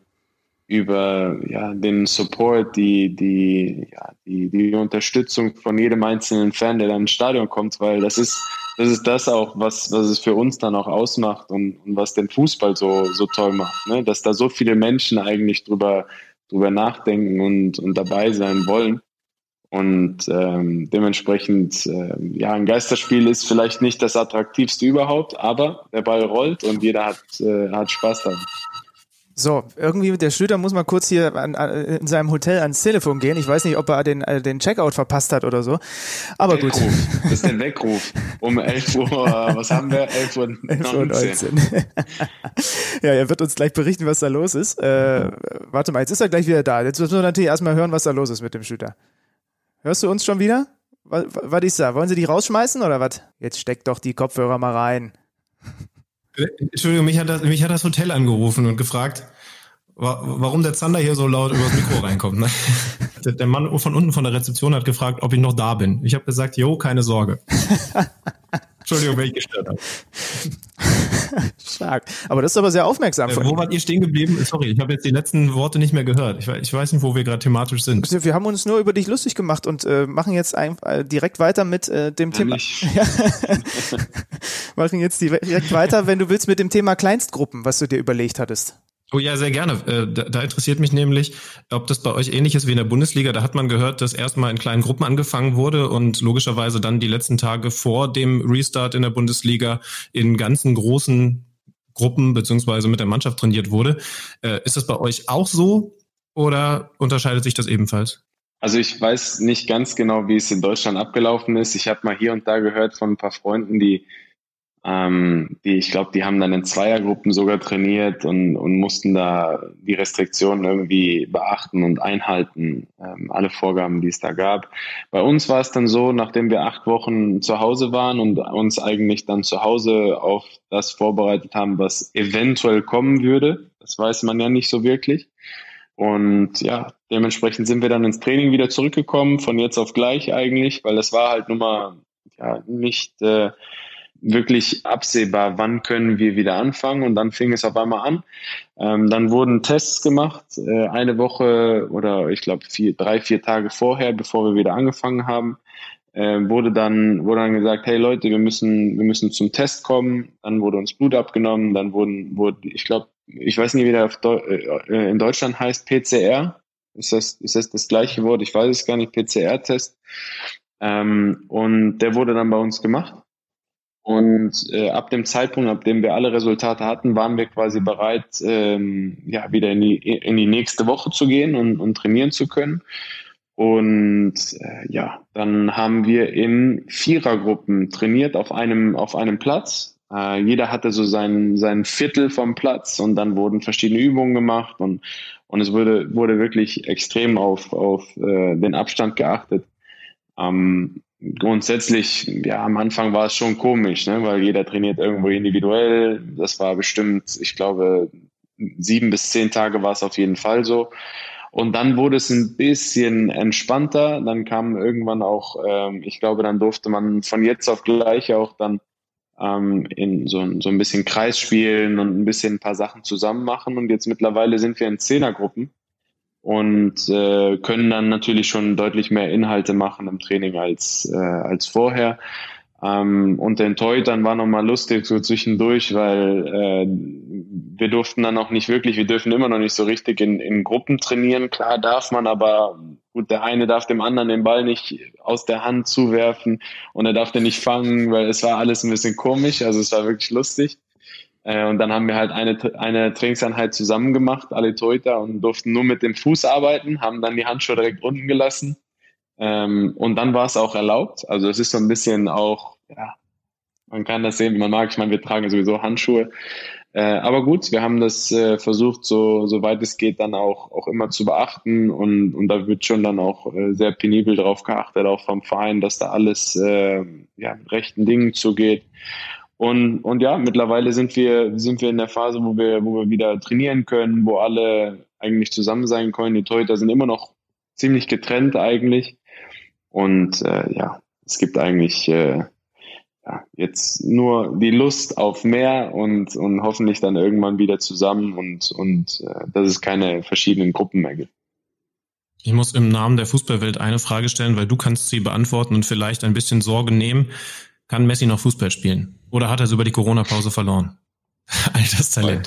den Support, die Unterstützung von jedem einzelnen Fan, der dann ins Stadion kommt, weil das ist das auch, was es für uns dann auch ausmacht und was den Fußball so toll macht, ne? Dass da so viele Menschen eigentlich drüber nachdenken und dabei sein wollen. Und dementsprechend, ein Geisterspiel ist vielleicht nicht das attraktivste überhaupt, aber der Ball rollt und jeder hat Spaß daran. So, irgendwie der Schlüter muss mal kurz hier in seinem Hotel ans Telefon gehen. Ich weiß nicht, ob er den Checkout verpasst hat oder so. Aber Weckruf. gut. Das ist der Weckruf. Um 11 Uhr, was haben wir? 11:19 Uhr. Ja, er wird uns gleich berichten, was da los ist. Warte mal, jetzt ist er gleich wieder da. Jetzt müssen wir natürlich erstmal hören, was da los ist mit dem Schlüter. Hörst du uns schon wieder? Was ist da? Wollen Sie die rausschmeißen oder was? Jetzt steckt doch die Kopfhörer mal rein. Entschuldigung, mich hat das Hotel angerufen und gefragt, warum der Zander hier so laut übers Mikro reinkommt. Ne? Der Mann von unten von der Rezeption hat gefragt, ob ich noch da bin. Ich habe gesagt, jo, keine Sorge. Entschuldigung, wenn ich gestört habe. Stark. Aber das ist aber sehr aufmerksam von Wo wart ihr stehen geblieben? Sorry, ich habe jetzt die letzten Worte nicht mehr gehört. Ich weiß nicht, wo wir gerade thematisch sind. Wir haben uns nur über dich lustig gemacht und machen jetzt direkt weiter mit dem Thema. Ja. Machen jetzt direkt weiter, wenn du willst, mit dem Thema Kleinstgruppen, was du dir überlegt hattest. Oh ja, sehr gerne. Da interessiert mich nämlich, ob das bei euch ähnlich ist wie in der Bundesliga. Da hat man gehört, dass erstmal in kleinen Gruppen angefangen wurde und logischerweise dann die letzten Tage vor dem Restart in der Bundesliga in ganzen großen Gruppen beziehungsweise mit der Mannschaft trainiert wurde. Ist das bei euch auch so oder unterscheidet sich das ebenfalls? Also ich weiß nicht ganz genau, wie es in Deutschland abgelaufen ist. Ich habe mal hier und da gehört von ein paar Freunden, die ich glaube, die haben dann in Zweiergruppen sogar trainiert und mussten da die Restriktionen irgendwie beachten und einhalten, alle Vorgaben, die es da gab. Bei uns war es dann so, nachdem wir 8 Wochen zu Hause waren und uns eigentlich dann zu Hause auf das vorbereitet haben, was eventuell kommen würde, das weiß man ja nicht so wirklich. Und ja, dementsprechend sind wir dann ins Training wieder zurückgekommen, von jetzt auf gleich eigentlich, weil es war halt nun mal nicht wirklich absehbar, wann können wir wieder anfangen, und dann fing es auf einmal an. Dann wurden Tests gemacht, eine Woche oder ich glaube 3-4 Tage vorher, bevor wir wieder angefangen haben, wurde dann gesagt, hey Leute, wir müssen zum Test kommen. Dann wurde uns Blut abgenommen, dann wurde ich glaube, ich weiß nicht, wie der in Deutschland heißt, PCR. Ist das gleiche Wort? Ich weiß es gar nicht, PCR-Test. Und der wurde dann bei uns gemacht. Und ab dem Zeitpunkt, ab dem wir alle Resultate hatten, waren wir quasi bereit, wieder in die nächste Woche zu gehen und trainieren zu können. Und dann haben wir in Vierergruppen trainiert auf einem Platz. Jeder hatte so sein Viertel vom Platz, und dann wurden verschiedene Übungen gemacht, und es wurde wirklich extrem auf den Abstand geachtet. Grundsätzlich, am Anfang war es schon komisch, ne, weil jeder trainiert irgendwo individuell. Das war bestimmt, ich glaube, 7 bis 10 Tage war es auf jeden Fall so. Und dann wurde es ein bisschen entspannter. Dann kam irgendwann auch, ich glaube, dann durfte man von jetzt auf gleich auch dann in so ein bisschen Kreis spielen und ein paar Sachen zusammen machen. Und jetzt mittlerweile sind wir in 10er-Gruppen. Und können dann natürlich schon deutlich mehr Inhalte machen im Training als vorher. Und den Torhütern war nochmal lustig so zwischendurch, weil wir dürfen immer noch nicht so richtig in Gruppen trainieren. Klar darf man, aber gut, der eine darf dem anderen den Ball nicht aus der Hand zuwerfen und er darf den nicht fangen, weil es war alles ein bisschen komisch, also es war wirklich lustig. Und dann haben wir halt eine Trainingseinheit zusammen gemacht, alle Torhüter, und durften nur mit dem Fuß arbeiten, haben dann die Handschuhe direkt unten gelassen. Und dann war es auch erlaubt. Also es ist so ein bisschen auch, ja, man kann das sehen, wie man mag. Ich meine, wir tragen sowieso Handschuhe. Aber gut, wir haben das versucht, soweit es geht, dann auch immer zu beachten. Und da wird schon dann auch sehr penibel drauf geachtet, auch vom Verein, dass da alles mit rechten Dingen zugeht. Und ja, mittlerweile sind wir in der Phase, wo wir wieder trainieren können, wo alle eigentlich zusammen sein können. Die Torhüter sind immer noch ziemlich getrennt eigentlich. Und es gibt eigentlich jetzt nur die Lust auf mehr und hoffentlich dann irgendwann wieder zusammen und dass es keine verschiedenen Gruppen mehr gibt. Ich muss im Namen der Fußballwelt eine Frage stellen, weil du kannst sie beantworten und vielleicht ein bisschen Sorge nehmen. Kann Messi noch Fußball spielen? Oder hat er es über die Corona-Pause verloren? All das Talent.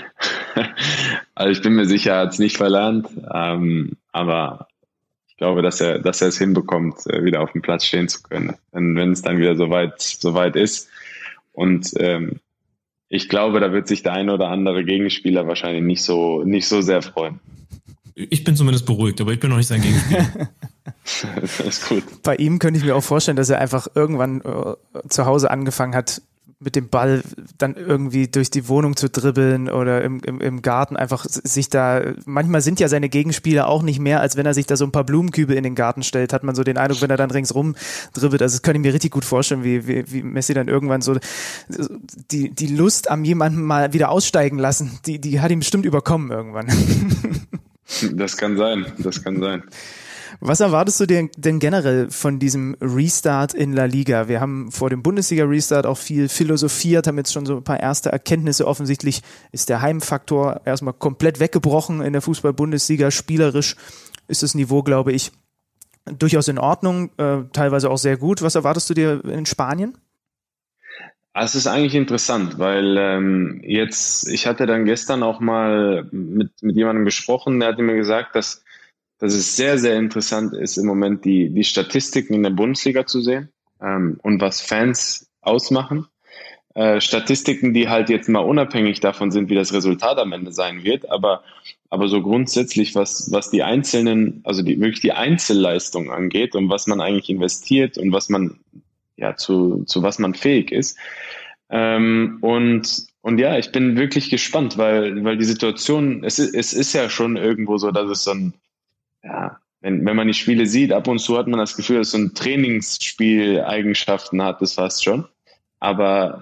Also ich bin mir sicher, er hat es nicht verlernt, aber ich glaube, dass er es hinbekommt, wieder auf dem Platz stehen zu können, wenn es dann wieder soweit ist. Und ich glaube, da wird sich der eine oder andere Gegenspieler wahrscheinlich nicht so sehr freuen. Ich bin zumindest beruhigt, aber ich bin noch nicht sein Gegenspieler. Das ist gut. Bei ihm könnte ich mir auch vorstellen, dass er einfach irgendwann zu Hause angefangen hat, mit dem Ball dann irgendwie durch die Wohnung zu dribbeln oder im Garten einfach sich da, manchmal sind ja seine Gegenspieler auch nicht mehr, als wenn er sich da so ein paar Blumenkübel in den Garten stellt, hat man so den Eindruck, wenn er dann ringsrum dribbelt. Also das kann ich mir richtig gut vorstellen, wie Messi dann irgendwann so die Lust am jemanden mal wieder aussteigen lassen, die hat ihm bestimmt überkommen irgendwann. Das kann sein. Was erwartest du denn generell von diesem Restart in La Liga? Wir haben vor dem Bundesliga-Restart auch viel philosophiert, haben jetzt schon so ein paar erste Erkenntnisse. Offensichtlich ist der Heimfaktor erstmal komplett weggebrochen in der Fußball-Bundesliga. Spielerisch ist das Niveau, glaube ich, durchaus in Ordnung, teilweise auch sehr gut. Was erwartest du dir in Spanien? Es ist eigentlich interessant, weil ich hatte dann gestern auch mal mit jemandem gesprochen, der hatte mir gesagt, dass es sehr, sehr interessant ist, im Moment die Statistiken in der Bundesliga zu sehen und was Fans ausmachen. Statistiken, die halt jetzt mal unabhängig davon sind, wie das Resultat am Ende sein wird, aber so grundsätzlich, was die einzelnen, also wirklich die Einzelleistung angeht und was man eigentlich investiert und was man zu was man fähig ist. Und ja, ich bin wirklich gespannt, weil die Situation, es ist ja schon irgendwo so, dass es so ein, wenn man die Spiele sieht, ab und zu hat man das Gefühl, dass so ein Trainingsspiel-Eigenschaften hat, das fast schon. Aber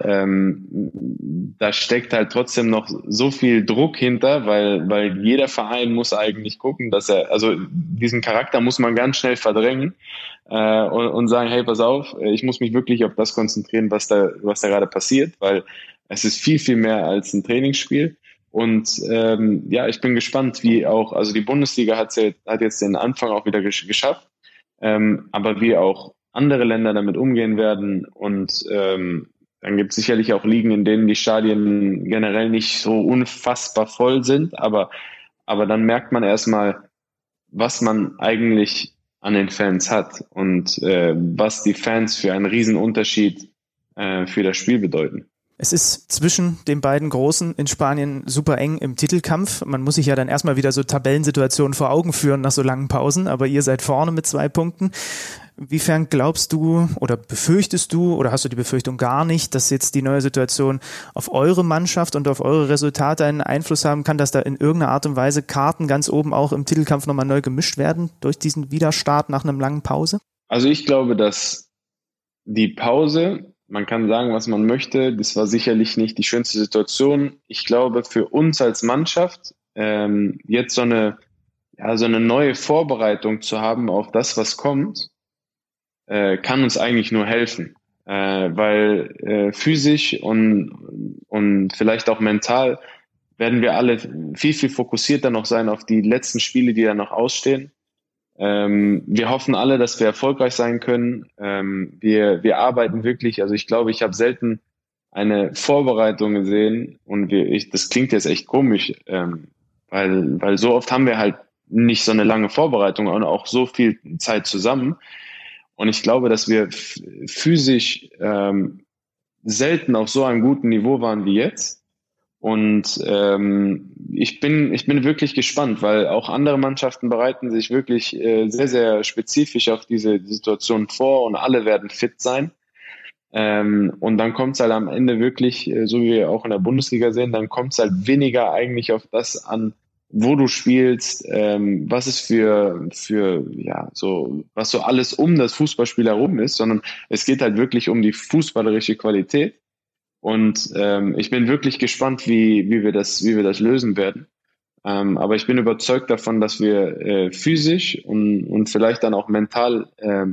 da steckt halt trotzdem noch so viel Druck hinter, weil jeder Verein muss eigentlich gucken, dass also diesen Charakter muss man ganz schnell verdrängen und sagen, hey, pass auf, ich muss mich wirklich auf das konzentrieren, was da gerade passiert, weil es ist viel, viel mehr als ein Trainingsspiel. Und ich bin gespannt, wie auch, also die Bundesliga hat jetzt den Anfang auch wieder geschafft, aber wie auch andere Länder damit umgehen werden. Und dann gibt es sicherlich auch Ligen, in denen die Stadien generell nicht so unfassbar voll sind, aber dann merkt man erstmal, was man eigentlich an den Fans hat und was die Fans für einen Riesenunterschied für das Spiel bedeuten. Es ist zwischen den beiden Großen in Spanien super eng im Titelkampf. Man muss sich ja dann erstmal wieder so Tabellensituationen vor Augen führen nach so langen Pausen, aber ihr seid vorne mit 2 Punkten. Inwiefern glaubst du oder befürchtest du oder hast du die Befürchtung gar nicht, dass jetzt die neue Situation auf eure Mannschaft und auf eure Resultate einen Einfluss haben kann, dass da in irgendeiner Art und Weise Karten ganz oben auch im Titelkampf nochmal neu gemischt werden durch diesen Widerstart nach einer langen Pause? Also ich glaube, dass die Pause, man kann sagen, was man möchte, das war sicherlich nicht die schönste Situation. Ich glaube, für uns als Mannschaft jetzt so eine neue Vorbereitung zu haben auf das, was kommt, kann uns eigentlich nur helfen, weil physisch und vielleicht auch mental werden wir alle viel, viel fokussierter noch sein auf die letzten Spiele, die da noch ausstehen. Wir hoffen alle, dass wir erfolgreich sein können. Wir arbeiten wirklich, also ich glaube, ich habe selten eine Vorbereitung gesehen und das klingt jetzt echt komisch, weil so oft haben wir halt nicht so eine lange Vorbereitung und auch so viel Zeit zusammen. Und ich glaube, dass wir physisch selten auf so einem guten Niveau waren wie jetzt. Und ich bin wirklich gespannt, weil auch andere Mannschaften bereiten sich wirklich sehr, sehr spezifisch auf diese Situation vor und alle werden fit sein. Und dann kommt es halt am Ende wirklich, so wie wir auch in der Bundesliga sehen, dann kommt es halt weniger eigentlich auf das an, wo du spielst, was es was so alles um das Fußballspiel herum ist, sondern es geht halt wirklich um die fußballerische Qualität. Und ich bin wirklich gespannt, wie wir das lösen werden. Aber ich bin überzeugt davon, dass wir physisch und vielleicht dann auch mental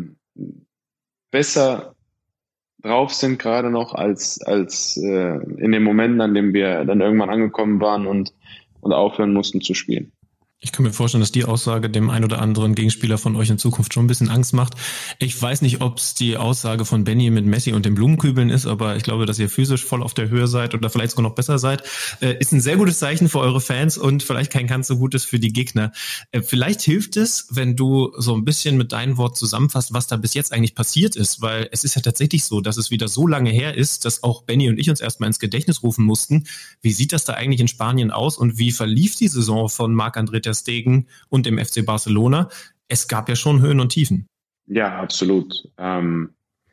besser drauf sind gerade noch als in den Momenten, an denen wir dann irgendwann angekommen waren und aufhören mussten zu spielen. Ich kann mir vorstellen, dass die Aussage dem ein oder anderen Gegenspieler von euch in Zukunft schon ein bisschen Angst macht. Ich weiß nicht, ob es die Aussage von Benny mit Messi und den Blumenkübeln ist, aber ich glaube, dass ihr physisch voll auf der Höhe seid oder vielleicht sogar noch besser seid. Ist ein sehr gutes Zeichen für eure Fans und vielleicht kein ganz so gutes für die Gegner. Vielleicht hilft es, wenn du so ein bisschen mit deinen Worten zusammenfasst, was da bis jetzt eigentlich passiert ist, weil es ist ja tatsächlich so, dass es wieder so lange her ist, dass auch Benny und ich uns erstmal ins Gedächtnis rufen mussten. Wie sieht das da eigentlich in Spanien aus und wie verlief die Saison von Marc-André ter Stegen und dem FC Barcelona? Es gab ja schon Höhen und Tiefen. Ja, absolut. Wir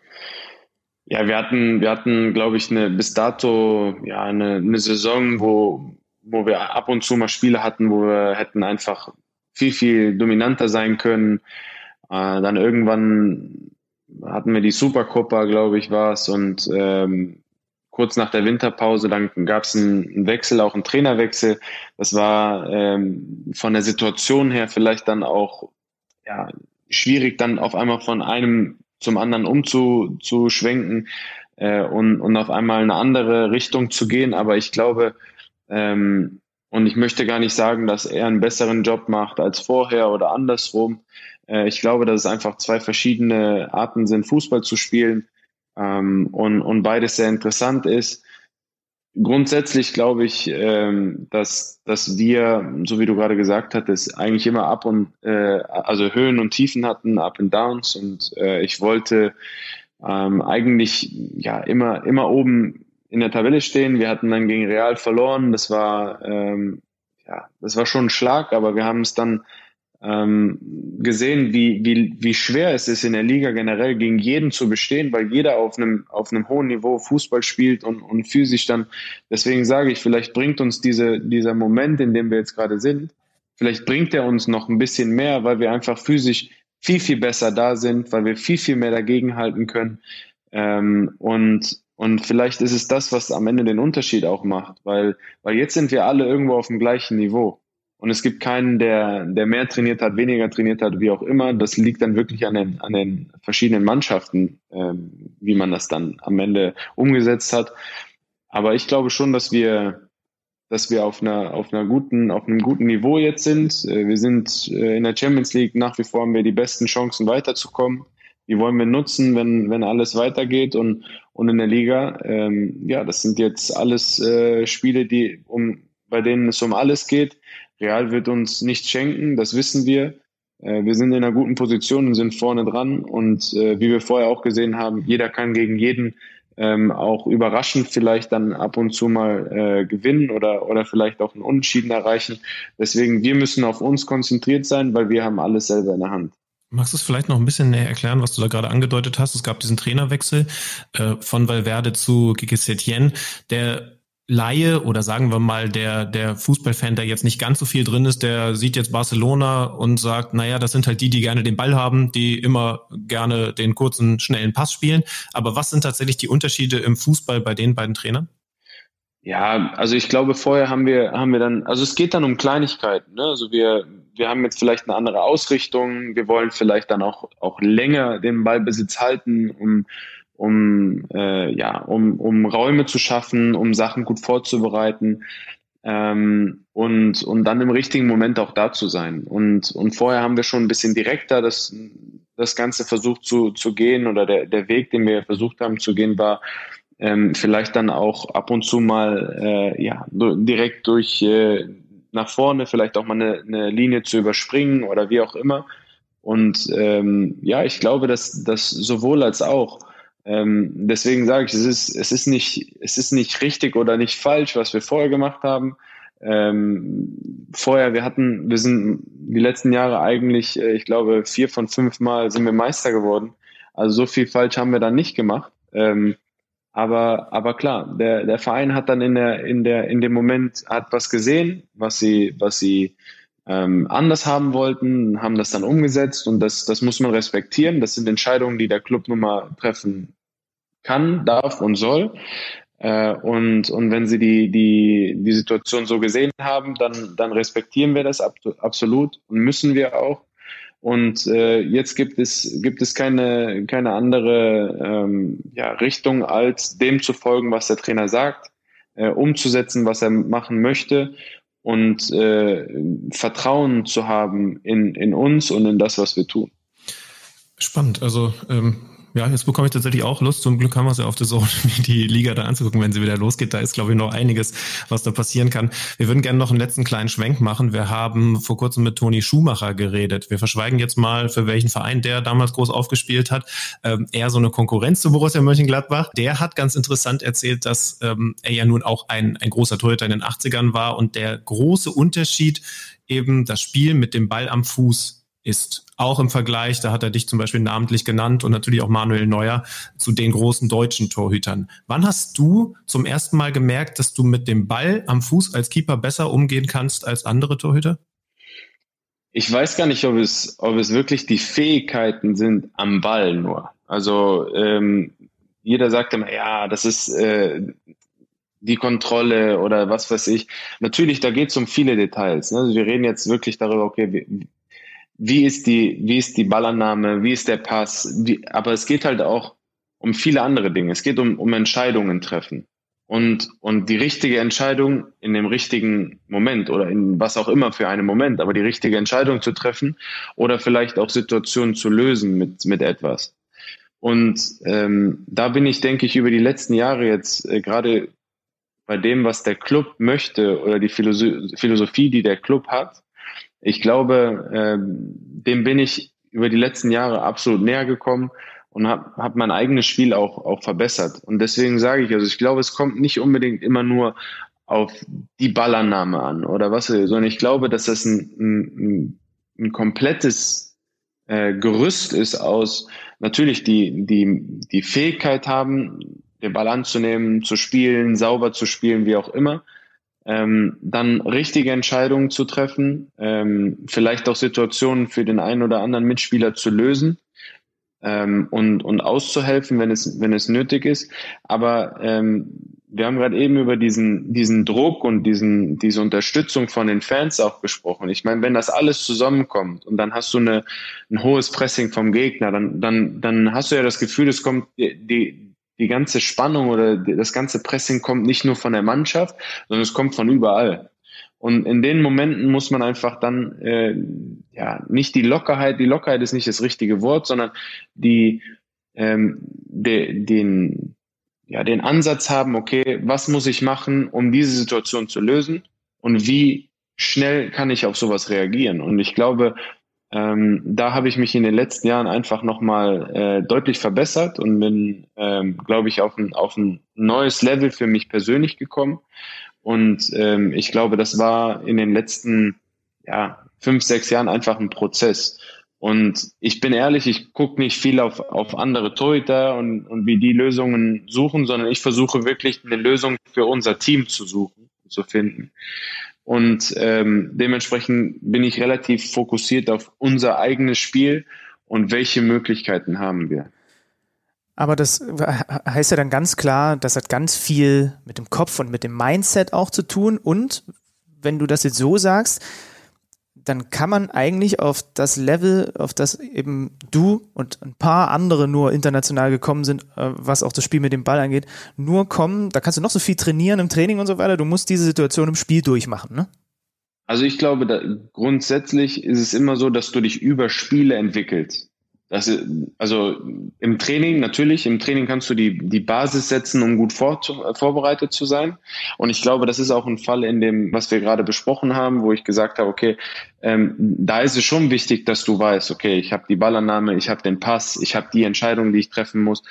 hatten, glaube ich, bis dato eine Saison, wo wir ab und zu mal Spiele hatten, wo wir hätten einfach viel, viel dominanter sein können. Dann irgendwann hatten wir die Supercopa, glaube ich, war es, und kurz nach der Winterpause, dann gab es einen Wechsel, auch einen Trainerwechsel. Das war von der Situation her vielleicht dann auch schwierig, dann auf einmal von einem zum anderen umzuschwenken und auf einmal eine andere Richtung zu gehen. Aber ich glaube, und ich möchte gar nicht sagen, dass er einen besseren Job macht als vorher oder andersrum. Ich glaube, dass es einfach zwei verschiedene Arten sind, Fußball zu spielen. Und beides sehr interessant ist. Grundsätzlich glaube ich, dass wir, so wie du gerade gesagt hattest, eigentlich immer also Höhen und Tiefen hatten, Up and Downs, und ich wollte eigentlich immer oben in der Tabelle stehen. Wir hatten dann gegen Real verloren. Das war schon ein Schlag, aber wir haben es dann gesehen, wie schwer es ist, in der Liga generell gegen jeden zu bestehen, weil jeder auf einem hohen Niveau Fußball spielt und physisch dann. Deswegen sage ich, vielleicht bringt uns dieser Moment, in dem wir jetzt gerade sind, vielleicht bringt er uns noch ein bisschen mehr, weil wir einfach physisch viel, viel besser da sind, weil wir viel, viel mehr dagegenhalten können. Und vielleicht ist es das, was am Ende den Unterschied auch macht, weil jetzt sind wir alle irgendwo auf dem gleichen Niveau. Und es gibt keinen, der mehr trainiert hat, weniger trainiert hat, wie auch immer. Das liegt dann wirklich an den verschiedenen Mannschaften, wie man das dann am Ende umgesetzt hat. Aber ich glaube schon, dass wir auf einem guten Niveau jetzt sind. Wir sind in der Champions League, nach wie vor haben wir die besten Chancen weiterzukommen. Die wollen wir nutzen, wenn alles weitergeht, und in der Liga, das sind jetzt alles Spiele, bei denen es um alles geht. Real wird uns nichts schenken, das wissen wir. Wir sind in einer guten Position und sind vorne dran. Und wie wir vorher auch gesehen haben, jeder kann gegen jeden auch überraschend vielleicht dann ab und zu mal gewinnen oder vielleicht auch einen Unentschieden erreichen. Deswegen, wir müssen auf uns konzentriert sein, weil wir haben alles selber in der Hand. Magst du es vielleicht noch ein bisschen näher erklären, was du da gerade angedeutet hast? Es gab diesen Trainerwechsel von Valverde zu Quique Setién, der Laie oder sagen wir mal der Fußballfan, der jetzt nicht ganz so viel drin ist, der sieht jetzt Barcelona und sagt, naja, das sind halt die gerne den Ball haben, die immer gerne den kurzen, schnellen Pass spielen. Aber was sind tatsächlich die Unterschiede im Fußball bei den beiden Trainern? Ja, also ich glaube, vorher haben wir dann, also es geht dann um Kleinigkeiten, ne? Also wir haben jetzt vielleicht eine andere Ausrichtung, wir wollen vielleicht dann auch länger den Ballbesitz halten, um Räume zu schaffen, um Sachen gut vorzubereiten, und dann im richtigen Moment auch da zu sein. Und vorher haben wir schon ein bisschen direkter das Ganze versucht zu gehen, oder der Weg, den wir versucht haben zu gehen, war vielleicht dann auch ab und zu mal direkt durch nach vorne, vielleicht auch mal eine Linie zu überspringen oder wie auch immer. Und ich glaube, dass das sowohl als auch Deswegen sage ich, es ist nicht richtig oder nicht falsch, was wir vorher gemacht haben. Wir sind die letzten Jahre eigentlich, ich glaube, 4 von 5 Mal sind wir Meister geworden. Also so viel falsch haben wir dann nicht gemacht. Aber klar, der Verein hat dann in dem Moment hat was gesehen, was sie anders haben wollten, haben das dann umgesetzt und das muss man respektieren. Das sind Entscheidungen, die der Club nun mal treffen kann, darf und soll. Und wenn sie die Situation so gesehen haben, dann respektieren wir das absolut und müssen wir auch. Und jetzt gibt es keine andere Richtung, als dem zu folgen, was der Trainer sagt, umzusetzen, was er machen möchte und Vertrauen zu haben in uns und in das, was wir tun. Spannend, also ja, jetzt bekomme ich tatsächlich auch Lust. Zum Glück haben wir es ja auf der Zone, die Liga da anzugucken, wenn sie wieder losgeht. Da ist, glaube ich, noch einiges, was da passieren kann. Wir würden gerne noch einen letzten kleinen Schwenk machen. Wir haben vor kurzem mit Toni Schumacher geredet. Wir verschweigen jetzt mal, für welchen Verein der damals groß aufgespielt hat. Eher so eine Konkurrenz zu Borussia Mönchengladbach. Der hat ganz interessant erzählt, dass er ja nun auch ein großer Torhüter in den 80ern war und der große Unterschied eben das Spiel mit dem Ball am Fuß ist. Auch im Vergleich, da hat er dich zum Beispiel namentlich genannt und natürlich auch Manuel Neuer zu den großen deutschen Torhütern. Wann hast du zum ersten Mal gemerkt, dass du mit dem Ball am Fuß als Keeper besser umgehen kannst als andere Torhüter? Ich weiß gar nicht, ob es wirklich die Fähigkeiten sind am Ball nur. Also jeder sagt immer, ja, das ist die Kontrolle oder was weiß ich. Natürlich, da geht es um viele Details. Ne? Also wir reden jetzt wirklich darüber, okay, wie ist die Ballannahme, wie ist der Pass, aber es geht halt auch um viele andere Dinge. Es geht um Entscheidungen treffen und die richtige Entscheidung in dem richtigen Moment oder in was auch immer für einen Moment, aber die richtige Entscheidung zu treffen oder vielleicht auch Situationen zu lösen mit etwas. Und da bin ich, denke ich, über die letzten Jahre jetzt gerade bei dem, was der Club möchte oder die Philosophie, die der Club hat, ich glaube, dem bin ich über die letzten Jahre absolut näher gekommen und hab mein eigenes Spiel auch verbessert. Und deswegen sage ich, also ich glaube, es kommt nicht unbedingt immer nur auf die Ballannahme an oder was, sondern ich glaube, dass das ein komplettes Gerüst ist aus natürlich die Fähigkeit haben, den Ball anzunehmen, zu spielen, sauber zu spielen, wie auch immer. Dann richtige Entscheidungen zu treffen, vielleicht auch Situationen für den einen oder anderen Mitspieler zu lösen und auszuhelfen, wenn es nötig ist. Aber wir haben gerade eben über diesen Druck und diese Unterstützung von den Fans auch gesprochen. Ich meine, wenn das alles zusammenkommt und dann hast du ein hohes Pressing vom Gegner, dann hast du ja das Gefühl, es kommt die ganze Spannung oder das ganze Pressing kommt nicht nur von der Mannschaft, sondern es kommt von überall. Und in den Momenten muss man einfach dann nicht die Lockerheit ist nicht das richtige Wort, sondern den Ansatz haben, okay, was muss ich machen, um diese Situation zu lösen und wie schnell kann ich auf sowas reagieren? Und ich glaube, da habe ich mich in den letzten Jahren einfach nochmal deutlich verbessert und bin, glaube ich, auf ein neues Level für mich persönlich gekommen. Und ich glaube, das war in den letzten 5, 6 Jahren einfach ein Prozess. Und ich bin ehrlich, ich gucke nicht viel auf andere Torhüter und wie die Lösungen suchen, sondern ich versuche wirklich eine Lösung für unser Team zu finden. Und dementsprechend bin ich relativ fokussiert auf unser eigenes Spiel und welche Möglichkeiten haben wir. Aber das heißt ja dann ganz klar, das hat ganz viel mit dem Kopf und mit dem Mindset auch zu tun. Und wenn du das jetzt so sagst, dann kann man eigentlich auf das Level, auf das eben du und ein paar andere nur international gekommen sind, was auch das Spiel mit dem Ball angeht, nur kommen, da kannst du noch so viel trainieren im Training und so weiter, du musst diese Situation im Spiel durchmachen, ne? Also ich glaube, grundsätzlich ist es immer so, dass du dich über Spiele entwickelst. Also im Training kannst du die Basis setzen, um gut vorbereitet zu sein. Und ich glaube, das ist auch ein Fall in dem, was wir gerade besprochen haben, wo ich gesagt habe, okay, da ist es schon wichtig, dass du weißt, okay, ich habe die Ballannahme, ich habe den Pass, ich habe die Entscheidung, die ich treffen muss.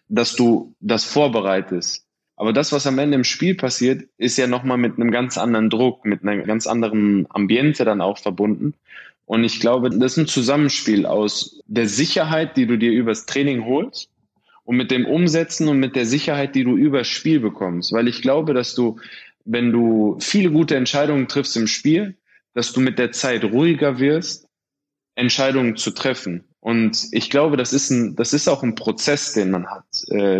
dass du das vorbereitest. Aber das, was am Ende im Spiel passiert, ist ja nochmal mit einem ganz anderen Druck, mit einer ganz anderen Ambiente dann auch verbunden. Und ich glaube, das ist ein Zusammenspiel aus der Sicherheit, die du dir übers Training holst, und mit dem Umsetzen und mit der Sicherheit, die du übers Spiel bekommst. Weil ich glaube, dass du, wenn du viele gute Entscheidungen triffst im Spiel, dass du mit der Zeit ruhiger wirst, Entscheidungen zu treffen. Und ich glaube, das ist auch ein Prozess, den man hat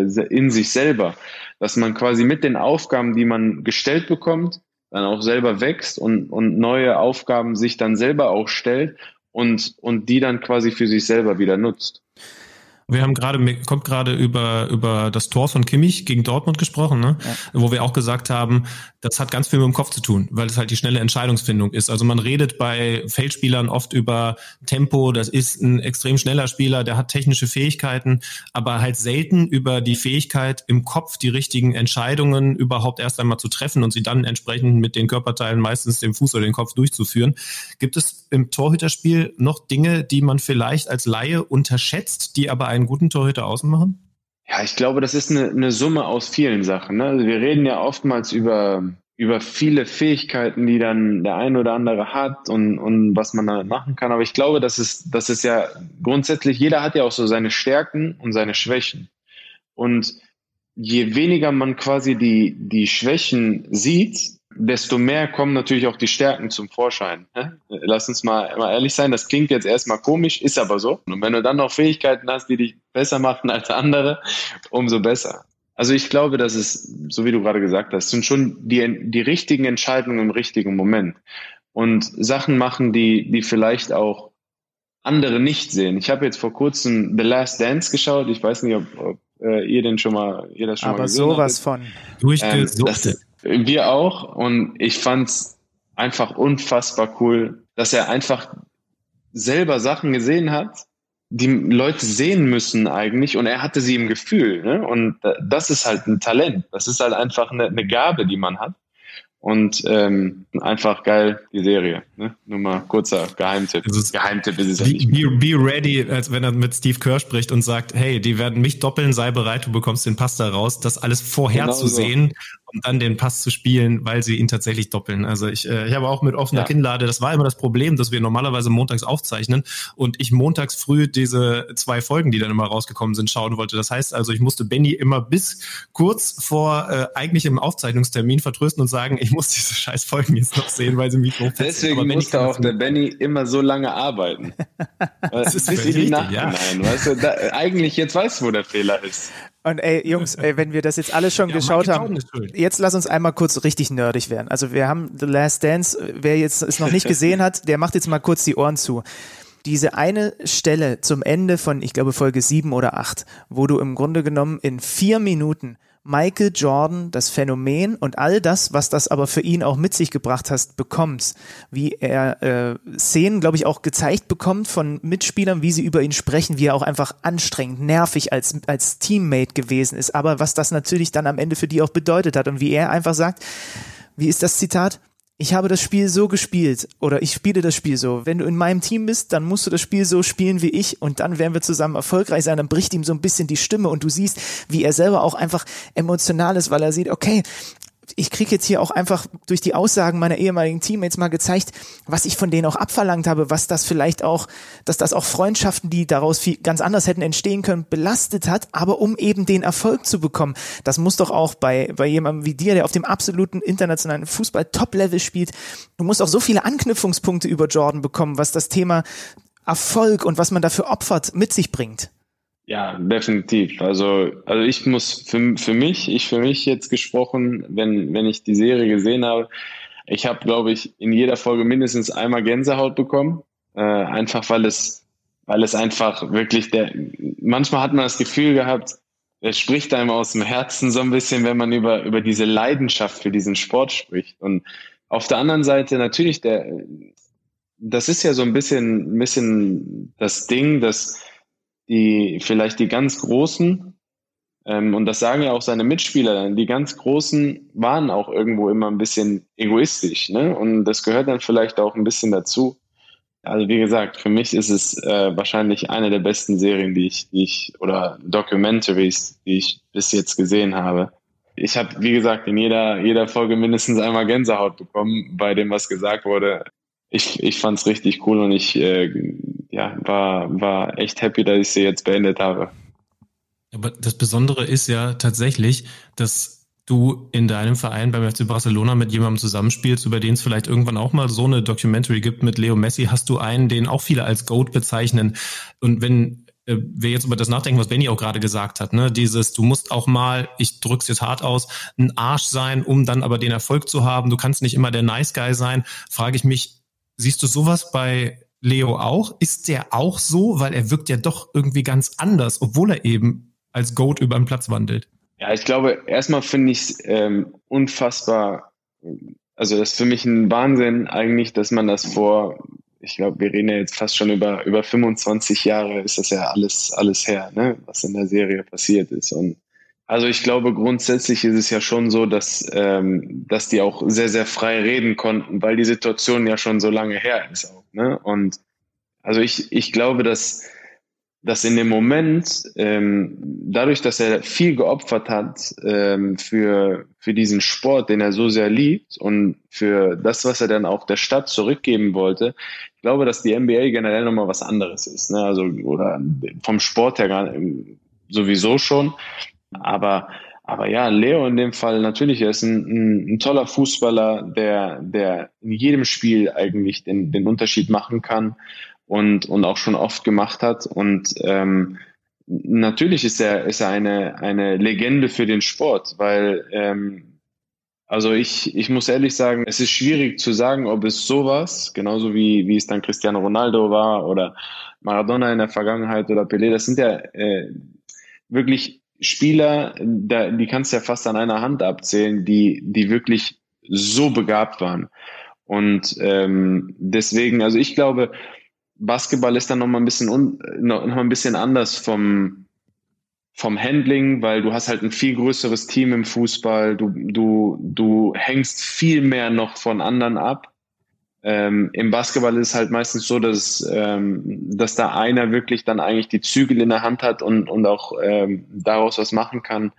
in sich selber, dass man quasi mit den Aufgaben, die man gestellt bekommt, dann auch selber wächst und neue Aufgaben sich dann selber auch stellt und die dann quasi für sich selber wieder nutzt. Wir haben kommt gerade über das Tor von Kimmich gegen Dortmund gesprochen, ne? Ja. Wo wir auch gesagt haben, das hat ganz viel mit dem Kopf zu tun, weil es halt die schnelle Entscheidungsfindung ist. Also man redet bei Feldspielern oft über Tempo, das ist ein extrem schneller Spieler, der hat technische Fähigkeiten, aber halt selten über die Fähigkeit, im Kopf die richtigen Entscheidungen überhaupt erst einmal zu treffen und sie dann entsprechend mit den Körperteilen, meistens dem Fuß oder den Kopf, durchzuführen. Gibt es im Torhüterspiel noch Dinge, die man vielleicht als Laie unterschätzt, die aber einen guten Torhüter ausmachen? Ja, ich glaube, das ist eine Summe aus vielen Sachen. Ne? Also wir reden ja oftmals über viele Fähigkeiten, die dann der ein oder andere hat und was man damit machen kann. Aber ich glaube, das ist ja grundsätzlich, jeder hat ja auch so seine Stärken und seine Schwächen. Und je weniger man quasi die Schwächen sieht, desto mehr kommen natürlich auch die Stärken zum Vorschein. Ne? Lass uns mal ehrlich sein, das klingt jetzt erstmal komisch, ist aber so. Und wenn du dann noch Fähigkeiten hast, die dich besser machen als andere, umso besser. Also ich glaube, dass es, so wie du gerade gesagt hast, sind schon die richtigen Entscheidungen im richtigen Moment. Und Sachen machen, die vielleicht auch andere nicht sehen. Ich habe jetzt vor kurzem The Last Dance geschaut. Ich weiß nicht, ob ihr das schon mal gesehen habt. Aber sowas von. Durchgesuchtet. Wir auch, und ich fand's einfach unfassbar cool, dass er einfach selber Sachen gesehen hat, die Leute sehen müssen eigentlich, und er hatte sie im Gefühl, ne? Und das ist halt ein Talent, das ist halt einfach eine Gabe, die man hat. Und einfach geil, die Serie. Ne? Nur mal kurzer Geheimtipp. Geheimtipp ist es ja nicht. Be ready, als wenn er mit Steve Kerr spricht und sagt, hey, die werden mich doppeln, sei bereit, du bekommst den Pass da raus, das alles vorher genau zu sehen und dann den Pass zu spielen, weil sie ihn tatsächlich doppeln. Also ich habe auch mit offener Kinnlade, das war immer das Problem, dass wir normalerweise montags aufzeichnen und ich montags früh diese 2 Folgen, die dann immer rausgekommen sind, schauen wollte. Das heißt also, ich musste Benny immer bis kurz vor eigentlich im Aufzeichnungstermin vertrösten und sagen, ich muss diese scheiß Folgen jetzt noch sehen, weil sie mich hochfetzen. Deswegen musste auch der Benny immer so lange arbeiten. Das ist bis in die Nacht hinein. Weißt du, eigentlich jetzt weißt du, wo der Fehler ist. Und Jungs, wenn wir das jetzt alle schon geschaut haben, jetzt lass uns einmal kurz richtig nerdig werden. Also wir haben The Last Dance, wer jetzt es noch nicht gesehen hat, der macht jetzt mal kurz die Ohren zu. Diese eine Stelle zum Ende von, ich glaube, Folge 7 oder 8, wo du im Grunde genommen in 4 Minuten Michael Jordan, das Phänomen und all das, was das aber für ihn auch mit sich gebracht hat, bekommst. Wie er Szenen, glaube ich, auch gezeigt bekommt von Mitspielern, wie sie über ihn sprechen, wie er auch einfach anstrengend, nervig als Teammate gewesen ist, aber was das natürlich dann am Ende für die auch bedeutet hat und wie er einfach sagt, wie ist das Zitat? Ich habe das Spiel so gespielt oder ich spiele das Spiel so. Wenn du in meinem Team bist, dann musst du das Spiel so spielen wie ich und dann werden wir zusammen erfolgreich sein. Dann bricht ihm so ein bisschen die Stimme und du siehst, wie er selber auch einfach emotional ist, weil er sieht, okay, ich kriege jetzt hier auch einfach durch die Aussagen meiner ehemaligen Teammates mal gezeigt, was ich von denen auch abverlangt habe, was das vielleicht auch, dass das auch Freundschaften, die daraus viel, ganz anders hätten entstehen können, belastet hat, aber um eben den Erfolg zu bekommen. Das muss doch auch bei jemandem wie dir, der auf dem absoluten internationalen Fußball Top-Level spielt, du musst auch so viele Anknüpfungspunkte über Jordan bekommen, was das Thema Erfolg und was man dafür opfert, mit sich bringt. Ja, definitiv. Also ich muss für mich jetzt gesprochen, wenn ich die Serie gesehen habe, ich habe, glaube ich, in jeder Folge mindestens einmal Gänsehaut bekommen. Einfach weil es einfach wirklich manchmal hat man das Gefühl gehabt, es spricht einem aus dem Herzen so ein bisschen, wenn man über diese Leidenschaft für diesen Sport spricht. Und auf der anderen Seite natürlich das ist ja so ein bisschen das Ding, dass vielleicht die ganz Großen, und das sagen ja auch seine Mitspieler, die ganz Großen waren auch irgendwo immer ein bisschen egoistisch, ne? Und das gehört dann vielleicht auch ein bisschen dazu. Also wie gesagt, für mich ist es wahrscheinlich eine der besten Serien, die ich oder Documentaries, die ich bis jetzt gesehen habe. Ich habe, wie gesagt, in jeder Folge mindestens einmal Gänsehaut bekommen bei dem, was gesagt wurde. Ich fand es richtig cool und ich war echt happy, dass ich sie jetzt beendet habe. Aber das Besondere ist ja tatsächlich, dass du in deinem Verein beim FC Barcelona mit jemandem zusammenspielst, über den es vielleicht irgendwann auch mal so eine Documentary gibt mit Leo Messi. Hast du einen, den auch viele als GOAT bezeichnen? Und wenn wir jetzt über das nachdenken, was Benny auch gerade gesagt hat, ne, dieses, du musst auch mal, ich drück's jetzt hart aus, ein Arsch sein, um dann aber den Erfolg zu haben. Du kannst nicht immer der Nice Guy sein. Frage ich mich, siehst du sowas bei Leo auch? Ist der auch so? Weil er wirkt ja doch irgendwie ganz anders, obwohl er eben als GOAT über den Platz wandelt. Ja, ich glaube, erstmal finde ich es unfassbar, also das ist für mich ein Wahnsinn eigentlich, dass man das ich glaube, wir reden ja jetzt fast schon über 25 Jahre, ist das ja alles her, ne, was in der Serie passiert ist. Und also ich glaube, grundsätzlich ist es ja schon so, dass die auch sehr, sehr frei reden konnten, weil die Situation ja schon so lange her ist auch, ne? Und also ich glaube, dass in dem Moment, dadurch, dass er viel geopfert hat für diesen Sport, den er so sehr liebt und für das, was er dann auch der Stadt zurückgeben wollte, ich glaube, dass die NBA generell nochmal was anderes ist, ne? Also, oder vom Sport her sowieso schon. Aber ja, Leo in dem Fall natürlich, er ist ein toller Fußballer, der in jedem Spiel eigentlich den Unterschied machen kann. Und auch schon oft gemacht hat. Und natürlich ist er eine Legende für den Sport, weil also ich muss ehrlich sagen, es ist schwierig zu sagen, ob es sowas, genauso wie es dann Cristiano Ronaldo war oder Maradona in der Vergangenheit oder Pelé, das sind ja wirklich Spieler, die kannst du ja fast an einer Hand abzählen, die wirklich so begabt waren. Und deswegen, also ich glaube, Basketball ist dann noch mal ein bisschen anders vom Handling, weil du hast halt ein viel größeres Team im Fußball. Du hängst viel mehr noch von anderen ab. Im Basketball ist es halt meistens so, dass da einer wirklich dann eigentlich die Zügel in der Hand hat und auch daraus was machen kann.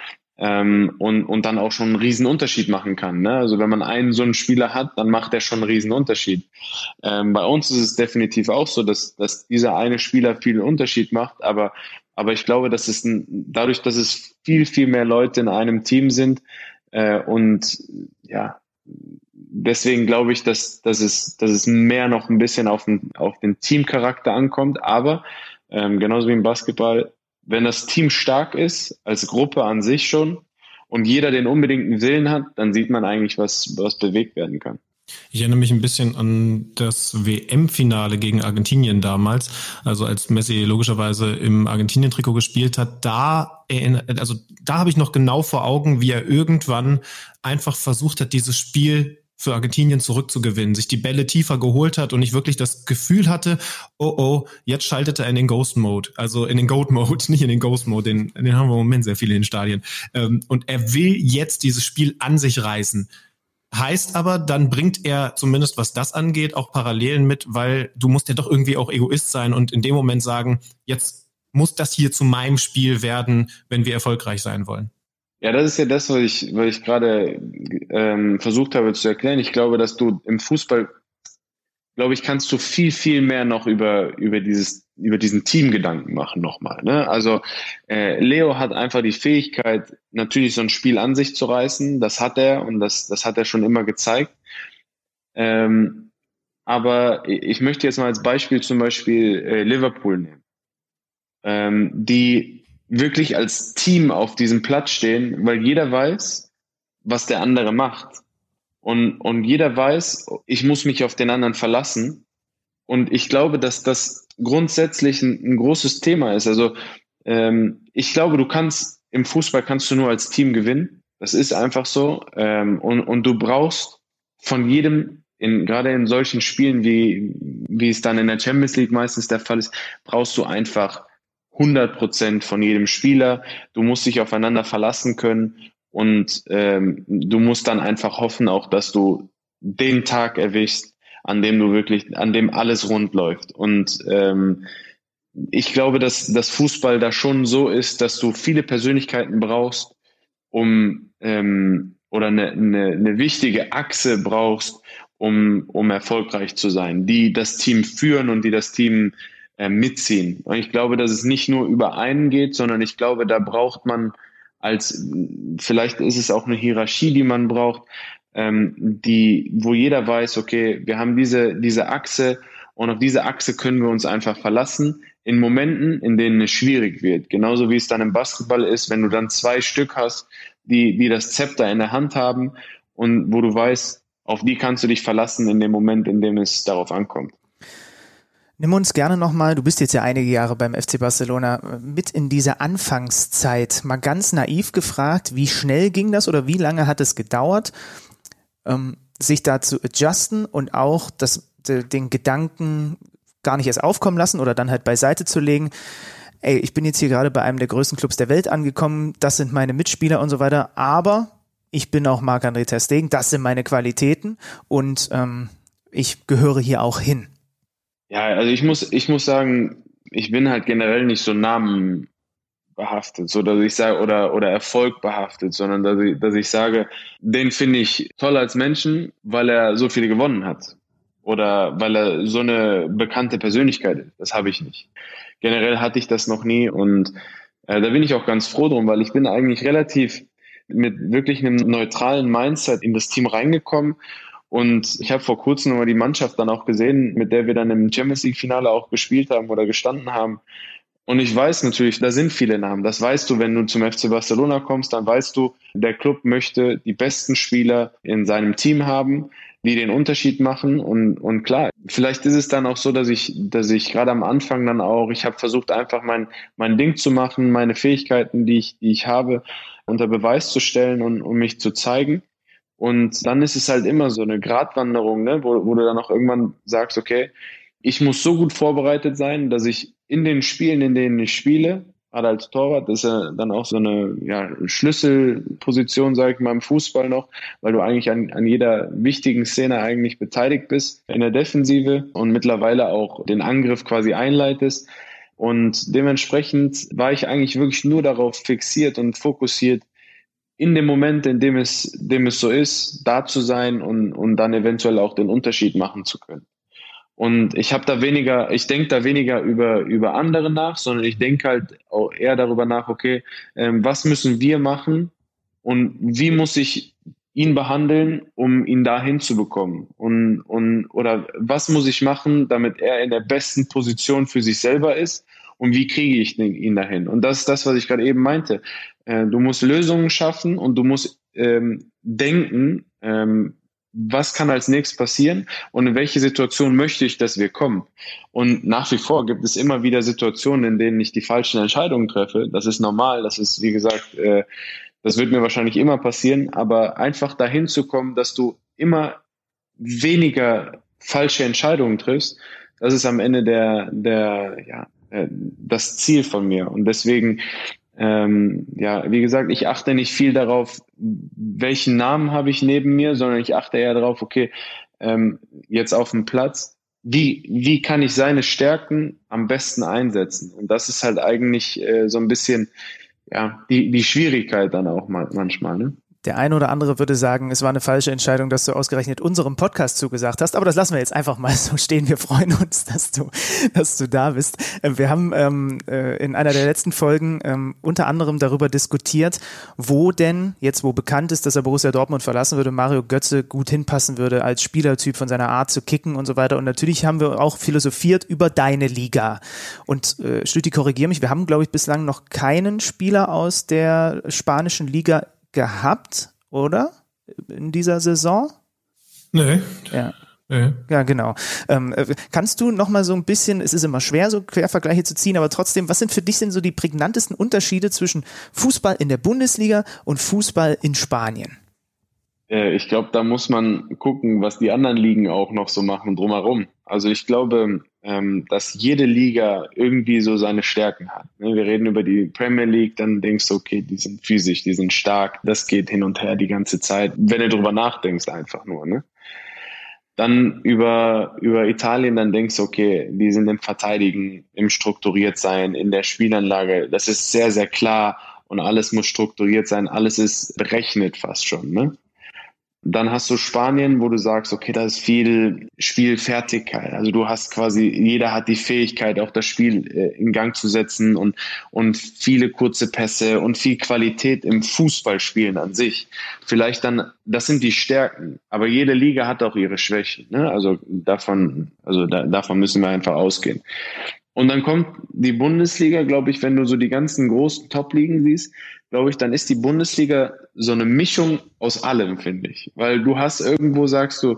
Und dann auch schon einen riesen Unterschied machen kann, ne? Also wenn man einen so einen Spieler hat, dann macht er schon einen riesen Unterschied. Bei uns ist es definitiv auch so, dass dieser eine Spieler viel Unterschied macht, aber ich glaube, dass dadurch, dass es viel, viel mehr Leute in einem Team sind und ja, deswegen glaube ich, dass es mehr noch ein bisschen auf den Teamcharakter ankommt, aber genauso wie im Basketball, wenn das Team stark ist, als Gruppe an sich schon, und jeder den unbedingten Willen hat, dann sieht man eigentlich, was bewegt werden kann. Ich erinnere mich ein bisschen an das WM-Finale gegen Argentinien damals, also als Messi logischerweise im Argentinien-Trikot gespielt hat. Da habe ich noch genau vor Augen, wie er irgendwann einfach versucht hat, dieses Spiel für Argentinien zurückzugewinnen, sich die Bälle tiefer geholt hat und ich wirklich das Gefühl hatte, jetzt schaltet er in den Ghost-Mode, also in den Goat-Mode, nicht in den Ghost-Mode, den haben wir im Moment sehr viele in den Stadien. Und er will jetzt dieses Spiel an sich reißen. Heißt aber, dann bringt er zumindest, was das angeht, auch Parallelen mit, weil du musst ja doch irgendwie auch Egoist sein und in dem Moment sagen, jetzt muss das hier zu meinem Spiel werden, wenn wir erfolgreich sein wollen. Ja, das ist ja das, was ich gerade versucht habe zu erklären. Ich glaube, dass du im Fußball, kannst du viel, viel mehr noch über diesen Teamgedanken machen nochmal, ne? Also Leo hat einfach die Fähigkeit, natürlich so ein Spiel an sich zu reißen. Das hat er und das hat er schon immer gezeigt. Aber ich möchte jetzt mal als Beispiel zum Beispiel Liverpool nehmen, die wirklich als Team auf diesem Platz stehen, weil jeder weiß, was der andere macht. Und jeder weiß, ich muss mich auf den anderen verlassen. Und ich glaube, dass das grundsätzlich ein großes Thema ist. Also ich glaube, im Fußball kannst du nur als Team gewinnen. Das ist einfach so. Und du brauchst von jedem, gerade in solchen Spielen, wie es dann in der Champions League meistens der Fall ist, brauchst du einfach 100% von jedem Spieler. Du musst dich aufeinander verlassen können und du musst dann einfach hoffen auch, dass du den Tag erwischst, an dem alles rund läuft. Und ich glaube, dass das Fußball da schon so ist, dass du viele Persönlichkeiten brauchst, oder eine wichtige Achse brauchst, um erfolgreich zu sein, die das Team führen und die das Team mitziehen. Und ich glaube, dass es nicht nur über einen geht, sondern ich glaube, da braucht man vielleicht ist es auch eine Hierarchie, die man braucht, wo jeder weiß, okay, wir haben diese Achse und auf diese Achse können wir uns einfach verlassen in Momenten, in denen es schwierig wird. Genauso wie es dann im Basketball ist, wenn du dann 2 Stück hast, die das Zepter in der Hand haben und wo du weißt, auf die kannst du dich verlassen in dem Moment, in dem es darauf ankommt. Nimm uns gerne nochmal, du bist jetzt ja einige Jahre beim FC Barcelona, mit in diese Anfangszeit. Mal ganz naiv gefragt, wie schnell ging das oder wie lange hat es gedauert, sich da zu adjusten und auch den Gedanken gar nicht erst aufkommen lassen oder dann halt beiseite zu legen, ey, ich bin jetzt hier gerade bei einem der größten Clubs der Welt angekommen, das sind meine Mitspieler und so weiter, aber ich bin auch Marc-André ter Stegen, das sind meine Qualitäten und ich gehöre hier auch hin. Ja, also ich muss sagen, ich bin halt generell nicht so namenbehaftet, so dass ich sage, oder Erfolg behaftet, sondern dass ich sage, den finde ich toll als Menschen, weil er so viele gewonnen hat. Oder weil er so eine bekannte Persönlichkeit ist. Das habe ich nicht. Generell hatte ich das noch nie und da bin ich auch ganz froh drum, weil ich bin eigentlich relativ mit wirklich einem neutralen Mindset in das Team reingekommen und ich habe vor kurzem nochmal die Mannschaft dann auch gesehen, mit der wir dann im Champions League Finale auch gespielt haben oder gestanden haben. Und ich weiß natürlich, da sind viele Namen. Das weißt du, wenn du zum FC Barcelona kommst, dann weißt du, der Club möchte die besten Spieler in seinem Team haben, die den Unterschied machen. Und klar, vielleicht ist es dann auch so, dass ich gerade am Anfang dann auch, ich habe versucht einfach mein Ding zu machen, meine Fähigkeiten, die ich habe, unter Beweis zu stellen und um mich zu zeigen. Und dann ist es halt immer so eine Gratwanderung, ne, wo du dann auch irgendwann sagst, okay, ich muss so gut vorbereitet sein, dass ich in den Spielen, in denen ich spiele, gerade als Torwart, das ist ja dann auch so eine Schlüsselposition, sage ich mal, im Fußball noch, weil du eigentlich an jeder wichtigen Szene eigentlich beteiligt bist in der Defensive und mittlerweile auch den Angriff quasi einleitest. Und dementsprechend war ich eigentlich wirklich nur darauf fixiert und fokussiert, in dem Moment, in dem es so ist, da zu sein und dann eventuell auch den Unterschied machen zu können. Und ich denke da weniger über andere nach, sondern ich denke halt auch eher darüber nach, okay, was müssen wir machen und wie muss ich ihn behandeln, um ihn dahin zu bekommen? Oder was muss ich machen, damit er in der besten Position für sich selber ist? Und wie kriege ich ihn dahin? Und das ist das, was ich gerade eben meinte. Du musst Lösungen schaffen und du musst denken, was kann als nächstes passieren und in welche Situation möchte ich, dass wir kommen. Und nach wie vor gibt es immer wieder Situationen, in denen ich die falschen Entscheidungen treffe. Das ist normal, das ist, wie gesagt, das wird mir wahrscheinlich immer passieren, aber einfach dahin zu kommen, dass du immer weniger falsche Entscheidungen triffst, das ist am Ende das Ziel von mir. Und deswegen, wie gesagt, ich achte nicht viel darauf, welchen Namen habe ich neben mir, sondern ich achte eher darauf, okay, jetzt auf dem Platz, wie kann ich seine Stärken am besten einsetzen? Und das ist halt eigentlich so ein bisschen die Schwierigkeit dann auch manchmal, ne? Der eine oder andere würde sagen, es war eine falsche Entscheidung, dass du ausgerechnet unserem Podcast zugesagt hast, aber das lassen wir jetzt einfach mal so stehen. Wir freuen uns, dass du da bist. Wir haben in einer der letzten Folgen unter anderem darüber diskutiert, wo denn, jetzt wo bekannt ist, dass er Borussia Dortmund verlassen würde, Mario Götze gut hinpassen würde als Spielertyp von seiner Art zu kicken und so weiter. Und natürlich haben wir auch philosophiert über deine Liga. Und Stütti, korrigiere mich, wir haben, glaube ich, bislang noch keinen Spieler aus der spanischen Liga gehabt, oder? In dieser Saison? Nee. Ja. Nee. Ja, genau. Kannst du noch mal so ein bisschen, es ist immer schwer, so Quervergleiche zu ziehen, aber trotzdem, was sind für dich denn so die prägnantesten Unterschiede zwischen Fußball in der Bundesliga und Fußball in Spanien? Ich glaube, da muss man gucken, was die anderen Ligen auch noch so machen drumherum. Also ich glaube, dass jede Liga irgendwie so seine Stärken hat. Wir reden über die Premier League, dann denkst du, okay, die sind physisch, die sind stark, das geht hin und her die ganze Zeit, wenn du drüber nachdenkst einfach nur, ne? dann über Italien dann denkst, okay, die sind im Verteidigen, im Strukturiertsein, in der Spielanlage. Das ist sehr, sehr klar und alles muss strukturiert sein. Alles ist berechnet fast schon, ne? Dann hast du Spanien, wo du sagst, okay, da ist viel Spielfertigkeit. Also du hast quasi, jeder hat die Fähigkeit, auch das Spiel in Gang zu setzen und viele kurze Pässe und viel Qualität im Fußballspielen an sich. Vielleicht dann, das sind die Stärken. Aber jede Liga hat auch ihre Schwächen, ne? Also davon müssen wir einfach ausgehen. Und dann kommt die Bundesliga, glaube ich, wenn du so die ganzen großen Top-Ligen siehst, glaube ich, dann ist die Bundesliga so eine Mischung aus allem, finde ich. Weil du hast irgendwo, sagst du,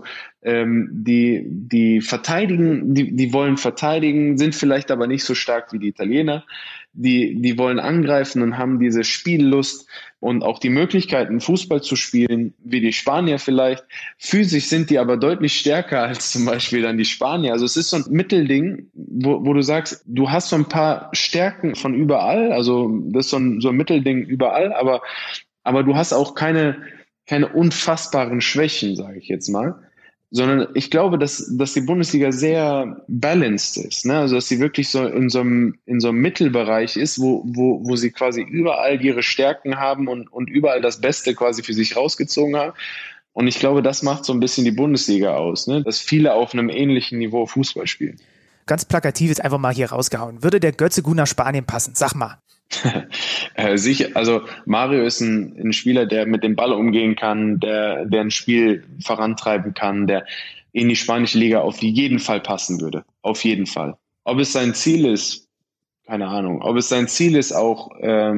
die verteidigen, die wollen verteidigen, sind vielleicht aber nicht so stark wie die Italiener. Die wollen angreifen und haben diese Spiellust und auch die Möglichkeiten, Fußball zu spielen, wie die Spanier vielleicht. Physisch sind die aber deutlich stärker als zum Beispiel dann die Spanier. Also es ist so ein Mittelding, wo du sagst, du hast so ein paar Stärken von überall. Also das ist so ein Mittelding überall, aber du hast auch keine unfassbaren Schwächen, sage ich jetzt mal. Sondern ich glaube, dass die Bundesliga sehr balanced ist, ne? Also dass sie wirklich so in so einem Mittelbereich ist, wo sie quasi überall ihre Stärken haben und überall das Beste quasi für sich rausgezogen haben. Und ich glaube, das macht so ein bisschen die Bundesliga aus, ne? Dass viele auf einem ähnlichen Niveau Fußball spielen. Ganz plakativ ist einfach mal hier rausgehauen. Würde der Götze gut nach Spanien passen? Sag mal. Sicher, also Mario ist ein Spieler, der mit dem Ball umgehen kann, der ein Spiel vorantreiben kann, der in die spanische Liga auf jeden Fall passen würde. Auf jeden Fall. Ob es sein Ziel ist, keine Ahnung. Ob es sein Ziel ist, auch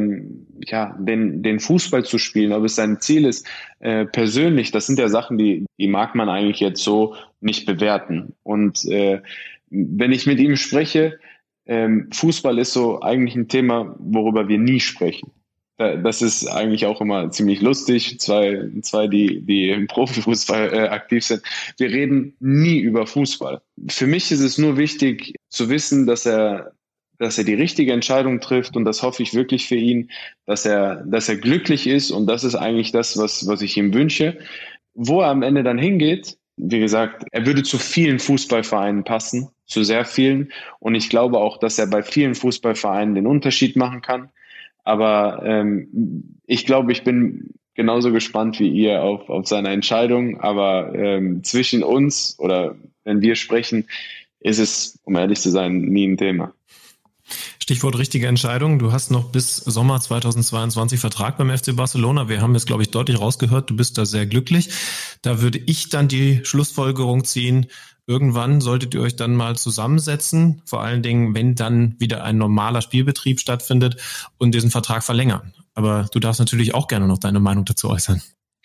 den Fußball zu spielen, ob es sein Ziel ist, persönlich, das sind ja Sachen, die mag man eigentlich jetzt so nicht bewerten. Und wenn ich mit ihm spreche, Fußball ist so eigentlich ein Thema, worüber wir nie sprechen. Das ist eigentlich auch immer ziemlich lustig. Zwei, die im Profifußball aktiv sind. Wir reden nie über Fußball. Für mich ist es nur wichtig zu wissen, dass er die richtige Entscheidung trifft, und das hoffe ich wirklich für ihn, dass er glücklich ist, und das ist eigentlich das, was ich ihm wünsche. Wo er am Ende dann hingeht, wie gesagt, er würde zu vielen Fußballvereinen passen, zu sehr vielen, und ich glaube auch, dass er bei vielen Fußballvereinen den Unterschied machen kann. Aber ich glaube, ich bin genauso gespannt wie ihr auf seine Entscheidung, aber zwischen uns oder wenn wir sprechen, ist es, um ehrlich zu sein, nie ein Thema. Stichwort richtige Entscheidung. Du hast noch bis Sommer 2022 Vertrag beim FC Barcelona. Wir haben es, glaube ich, deutlich rausgehört. Du bist da sehr glücklich. Da würde ich dann die Schlussfolgerung ziehen, irgendwann solltet ihr euch dann mal zusammensetzen, vor allen Dingen, wenn dann wieder ein normaler Spielbetrieb stattfindet, und diesen Vertrag verlängern. Aber du darfst natürlich auch gerne noch deine Meinung dazu äußern.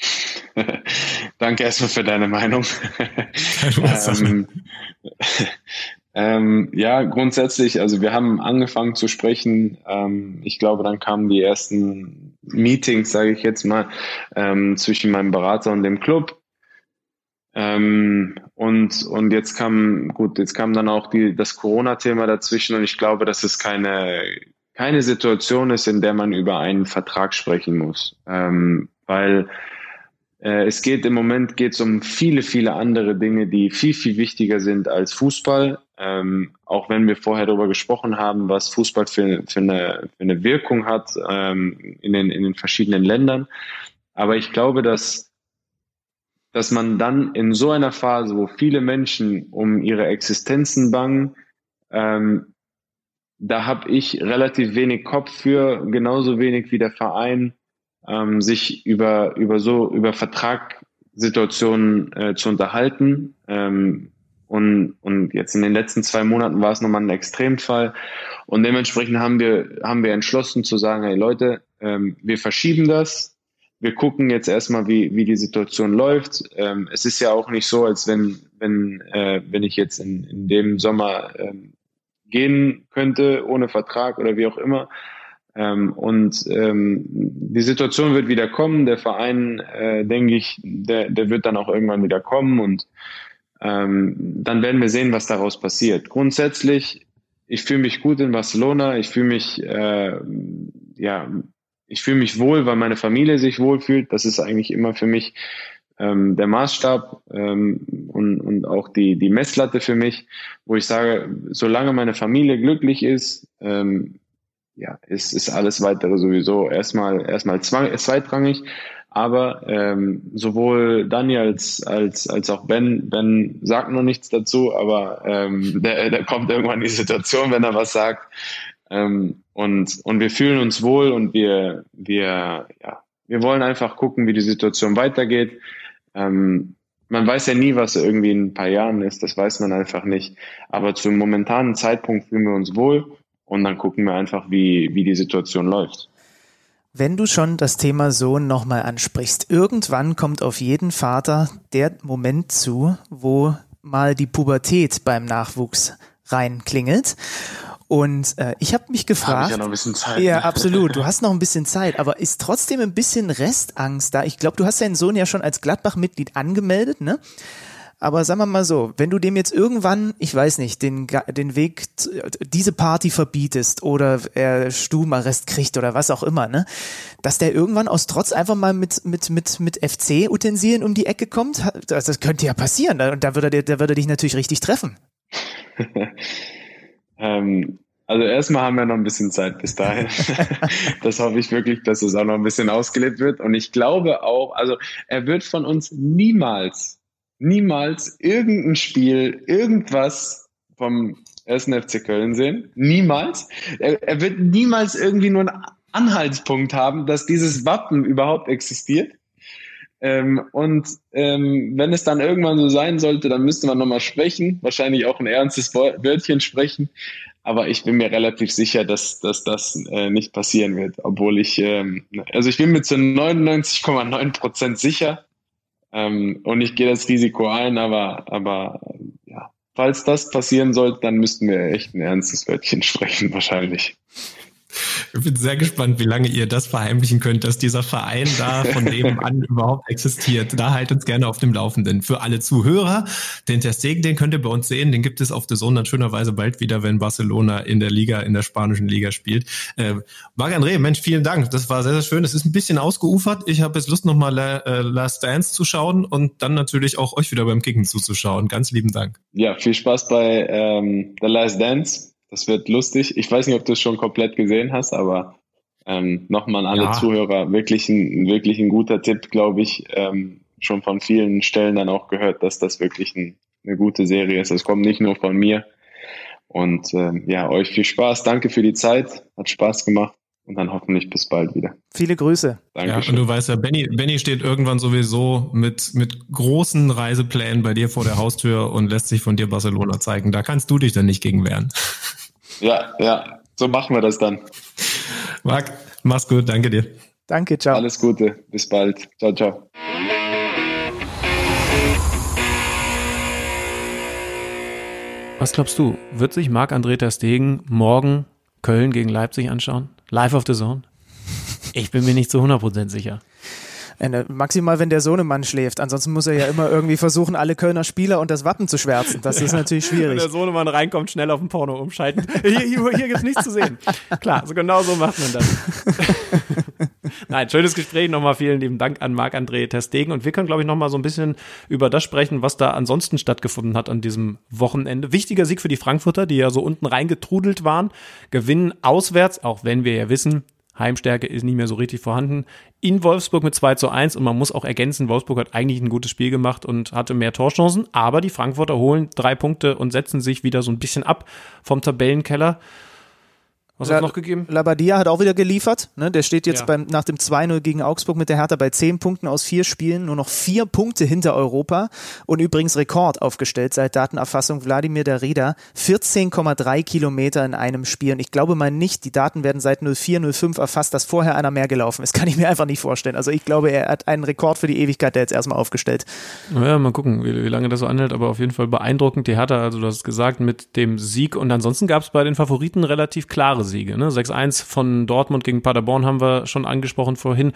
Danke erstmal für deine Meinung. Ja, grundsätzlich, also wir haben angefangen zu sprechen. Ich glaube, dann kamen die ersten Meetings, sage ich jetzt mal, zwischen meinem Berater und dem Club. Und jetzt kam dann auch das Corona-Thema dazwischen, und ich glaube, dass es keine Situation ist, in der man über einen Vertrag sprechen muss, weil im Moment geht es um viele, viele andere Dinge, die viel, viel wichtiger sind als Fußball. Auch wenn wir vorher darüber gesprochen haben, was Fußball für eine Wirkung hat in den verschiedenen Ländern. Aber ich glaube, dass man dann in so einer Phase, wo viele Menschen um ihre Existenzen bangen, da habe ich relativ wenig Kopf für, genauso wenig wie der Verein, sich über Vertragssituationen zu unterhalten. Und jetzt in den letzten 2 Monaten war es nochmal ein Extremfall. Und dementsprechend haben wir entschlossen zu sagen, hey Leute, wir verschieben das. Wir gucken jetzt erstmal, wie die Situation läuft. Es ist ja auch nicht so, als wenn ich jetzt in dem Sommer gehen könnte, ohne Vertrag oder wie auch immer. Die Situation wird wieder kommen. Der Verein, denke ich, der wird dann auch irgendwann wieder kommen, und dann werden wir sehen, was daraus passiert. Grundsätzlich, ich fühle mich gut in Barcelona. Ich fühle mich wohl, weil meine Familie sich wohlfühlt. Das ist eigentlich immer für mich der Maßstab und auch die Messlatte für mich, wo ich sage, solange meine Familie glücklich ist, ist alles weitere sowieso erstmal zweitrangig. Aber sowohl Dani als auch Ben sagt noch nichts dazu, aber der kommt irgendwann in die Situation, wenn er was sagt. Und wir fühlen uns wohl und wir wollen einfach gucken, wie die Situation weitergeht. Man weiß ja nie, was irgendwie in ein paar Jahren ist, das weiß man einfach nicht. Aber zum momentanen Zeitpunkt fühlen wir uns wohl und dann gucken wir einfach, wie die Situation läuft. Wenn du schon das Thema Sohn nochmal ansprichst, irgendwann kommt auf jeden Vater der Moment zu, wo mal die Pubertät beim Nachwuchs reinklingelt. Und ich habe mich gefragt, habe ich ja noch ein bisschen Zeit. Ja, absolut, du hast noch ein bisschen Zeit, aber ist trotzdem ein bisschen Restangst da? Ich glaube, du hast deinen Sohn ja schon als Gladbach-Mitglied angemeldet, ne? Aber sagen wir mal so, wenn du dem jetzt irgendwann, ich weiß nicht, den Weg, diese Party verbietest oder er Stubenarrest kriegt oder was auch immer, ne, dass der irgendwann aus Trotz einfach mal mit FC-Utensilien um die Ecke kommt, das könnte ja passieren. Und da würde er dich natürlich richtig treffen. Also erstmal haben wir noch ein bisschen Zeit bis dahin. Das hoffe ich wirklich, dass es auch noch ein bisschen ausgelebt wird. Und ich glaube auch, also er wird von uns niemals irgendein Spiel, irgendwas vom 1. FC Köln sehen. Niemals. Er wird niemals irgendwie nur einen Anhaltspunkt haben, dass dieses Wappen überhaupt existiert. Wenn es dann irgendwann so sein sollte, dann müsste man nochmal sprechen. Wahrscheinlich auch ein ernstes Wörtchen sprechen. Aber ich bin mir relativ sicher, dass das nicht passieren wird. Obwohl ich bin mir zu 99,9% sicher. Und ich gehe das Risiko ein, aber falls das passieren sollte, dann müssten wir echt ein ernstes Wörtchen sprechen, wahrscheinlich. Ich bin sehr gespannt, wie lange ihr das verheimlichen könnt, dass dieser Verein da von nebenan überhaupt existiert. Da haltet uns gerne auf dem Laufenden. Für alle Zuhörer, den Ter Stegen, den könnt ihr bei uns sehen. Den gibt es auf DAZN dann schönerweise bald wieder, wenn Barcelona in der spanischen Liga spielt. Marc-André, Mensch, vielen Dank. Das war sehr, sehr schön. Es ist ein bisschen ausgeufert. Ich habe jetzt Lust, nochmal Last Dance zu schauen und dann natürlich auch euch wieder beim Kicken zuzuschauen. Ganz lieben Dank. Ja, viel Spaß bei The Last Dance. Das wird lustig. Ich weiß nicht, ob du es schon komplett gesehen hast, aber nochmal an alle Zuhörer, wirklich ein guter Tipp, glaube ich. Schon von vielen Stellen dann auch gehört, dass das wirklich eine gute Serie ist. Es kommt nicht nur von mir. Und euch viel Spaß. Danke für die Zeit. Hat Spaß gemacht. Und dann hoffentlich bis bald wieder. Viele Grüße. Dankeschön. Ja, und du weißt ja, Benny steht irgendwann sowieso mit großen Reiseplänen bei dir vor der Haustür und lässt sich von dir Barcelona zeigen. Da kannst du dich dann nicht gegen wehren. Ja, so machen wir das dann. Marc, mach's gut, danke dir. Danke, ciao. Alles Gute, bis bald. Ciao, ciao. Was glaubst du, wird sich Marc-André ter Stegen morgen Köln gegen Leipzig anschauen? Live auf DAZN? Ich bin mir nicht zu 100% sicher. Maximal, wenn der Sohnemann schläft. Ansonsten muss er ja immer irgendwie versuchen, alle Kölner Spieler und das Wappen zu schwärzen. Das ist natürlich schwierig. Wenn der Sohnemann reinkommt, schnell auf den Porno umschalten. Hier gibt's nichts zu sehen. Klar, so genau so macht man das. Nein, schönes Gespräch. Nochmal vielen lieben Dank an Marc-André ter Stegen. Und wir können, glaube ich, nochmal so ein bisschen über das sprechen, was da ansonsten stattgefunden hat an diesem Wochenende. Wichtiger Sieg für die Frankfurter, die ja so unten reingetrudelt waren. Gewinnen auswärts, auch wenn wir ja wissen, Heimstärke ist nicht mehr so richtig vorhanden. In Wolfsburg mit 2:1 und man muss auch ergänzen, Wolfsburg hat eigentlich ein gutes Spiel gemacht und hatte mehr Torchancen, aber die Frankfurter holen 3 Punkte und setzen sich wieder so ein bisschen ab vom Tabellenkeller. Was hat es noch gegeben? Labadia hat auch wieder geliefert. Ne? Der steht jetzt nach dem 2-0 gegen Augsburg mit der Hertha bei 10 Punkten aus 4 Spielen, nur noch 4 Punkte hinter Europa und übrigens Rekord aufgestellt seit Datenerfassung Wladimir Darida. 14,3 Kilometer in einem Spiel. Und ich glaube mal nicht, die Daten werden seit 04, 05 erfasst, dass vorher einer mehr gelaufen ist. Kann ich mir einfach nicht vorstellen. Also ich glaube, er hat einen Rekord für die Ewigkeit, der jetzt erstmal aufgestellt. Naja, mal gucken, wie lange das so anhält, aber auf jeden Fall beeindruckend. Die Hertha, also du hast es gesagt, mit dem Sieg und ansonsten gab es bei den Favoriten relativ klare Siege. Ne? 6-1 von Dortmund gegen Paderborn haben wir schon angesprochen vorhin.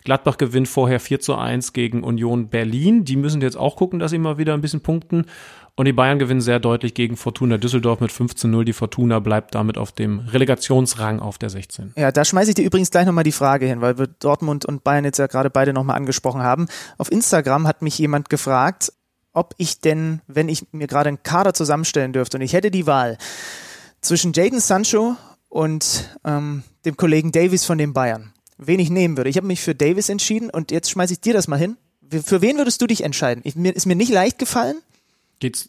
Gladbach gewinnt vorher 4-1 gegen Union Berlin. Die müssen jetzt auch gucken, dass sie mal wieder ein bisschen punkten. Und die Bayern gewinnen sehr deutlich gegen Fortuna Düsseldorf mit 5-0. Die Fortuna bleibt damit auf dem Relegationsrang auf der 16. Ja, da schmeiße ich dir übrigens gleich nochmal die Frage hin, weil wir Dortmund und Bayern jetzt ja gerade beide nochmal angesprochen haben. Auf Instagram hat mich jemand gefragt, ob ich denn, wenn ich mir gerade einen Kader zusammenstellen dürfte und ich hätte die Wahl zwischen Jadon Sancho und dem Kollegen Davies von den Bayern, wen ich nehmen würde. Ich habe mich für Davies entschieden und jetzt schmeiße ich dir das mal hin. Für wen würdest du dich entscheiden? Ist mir nicht leicht gefallen. Geht's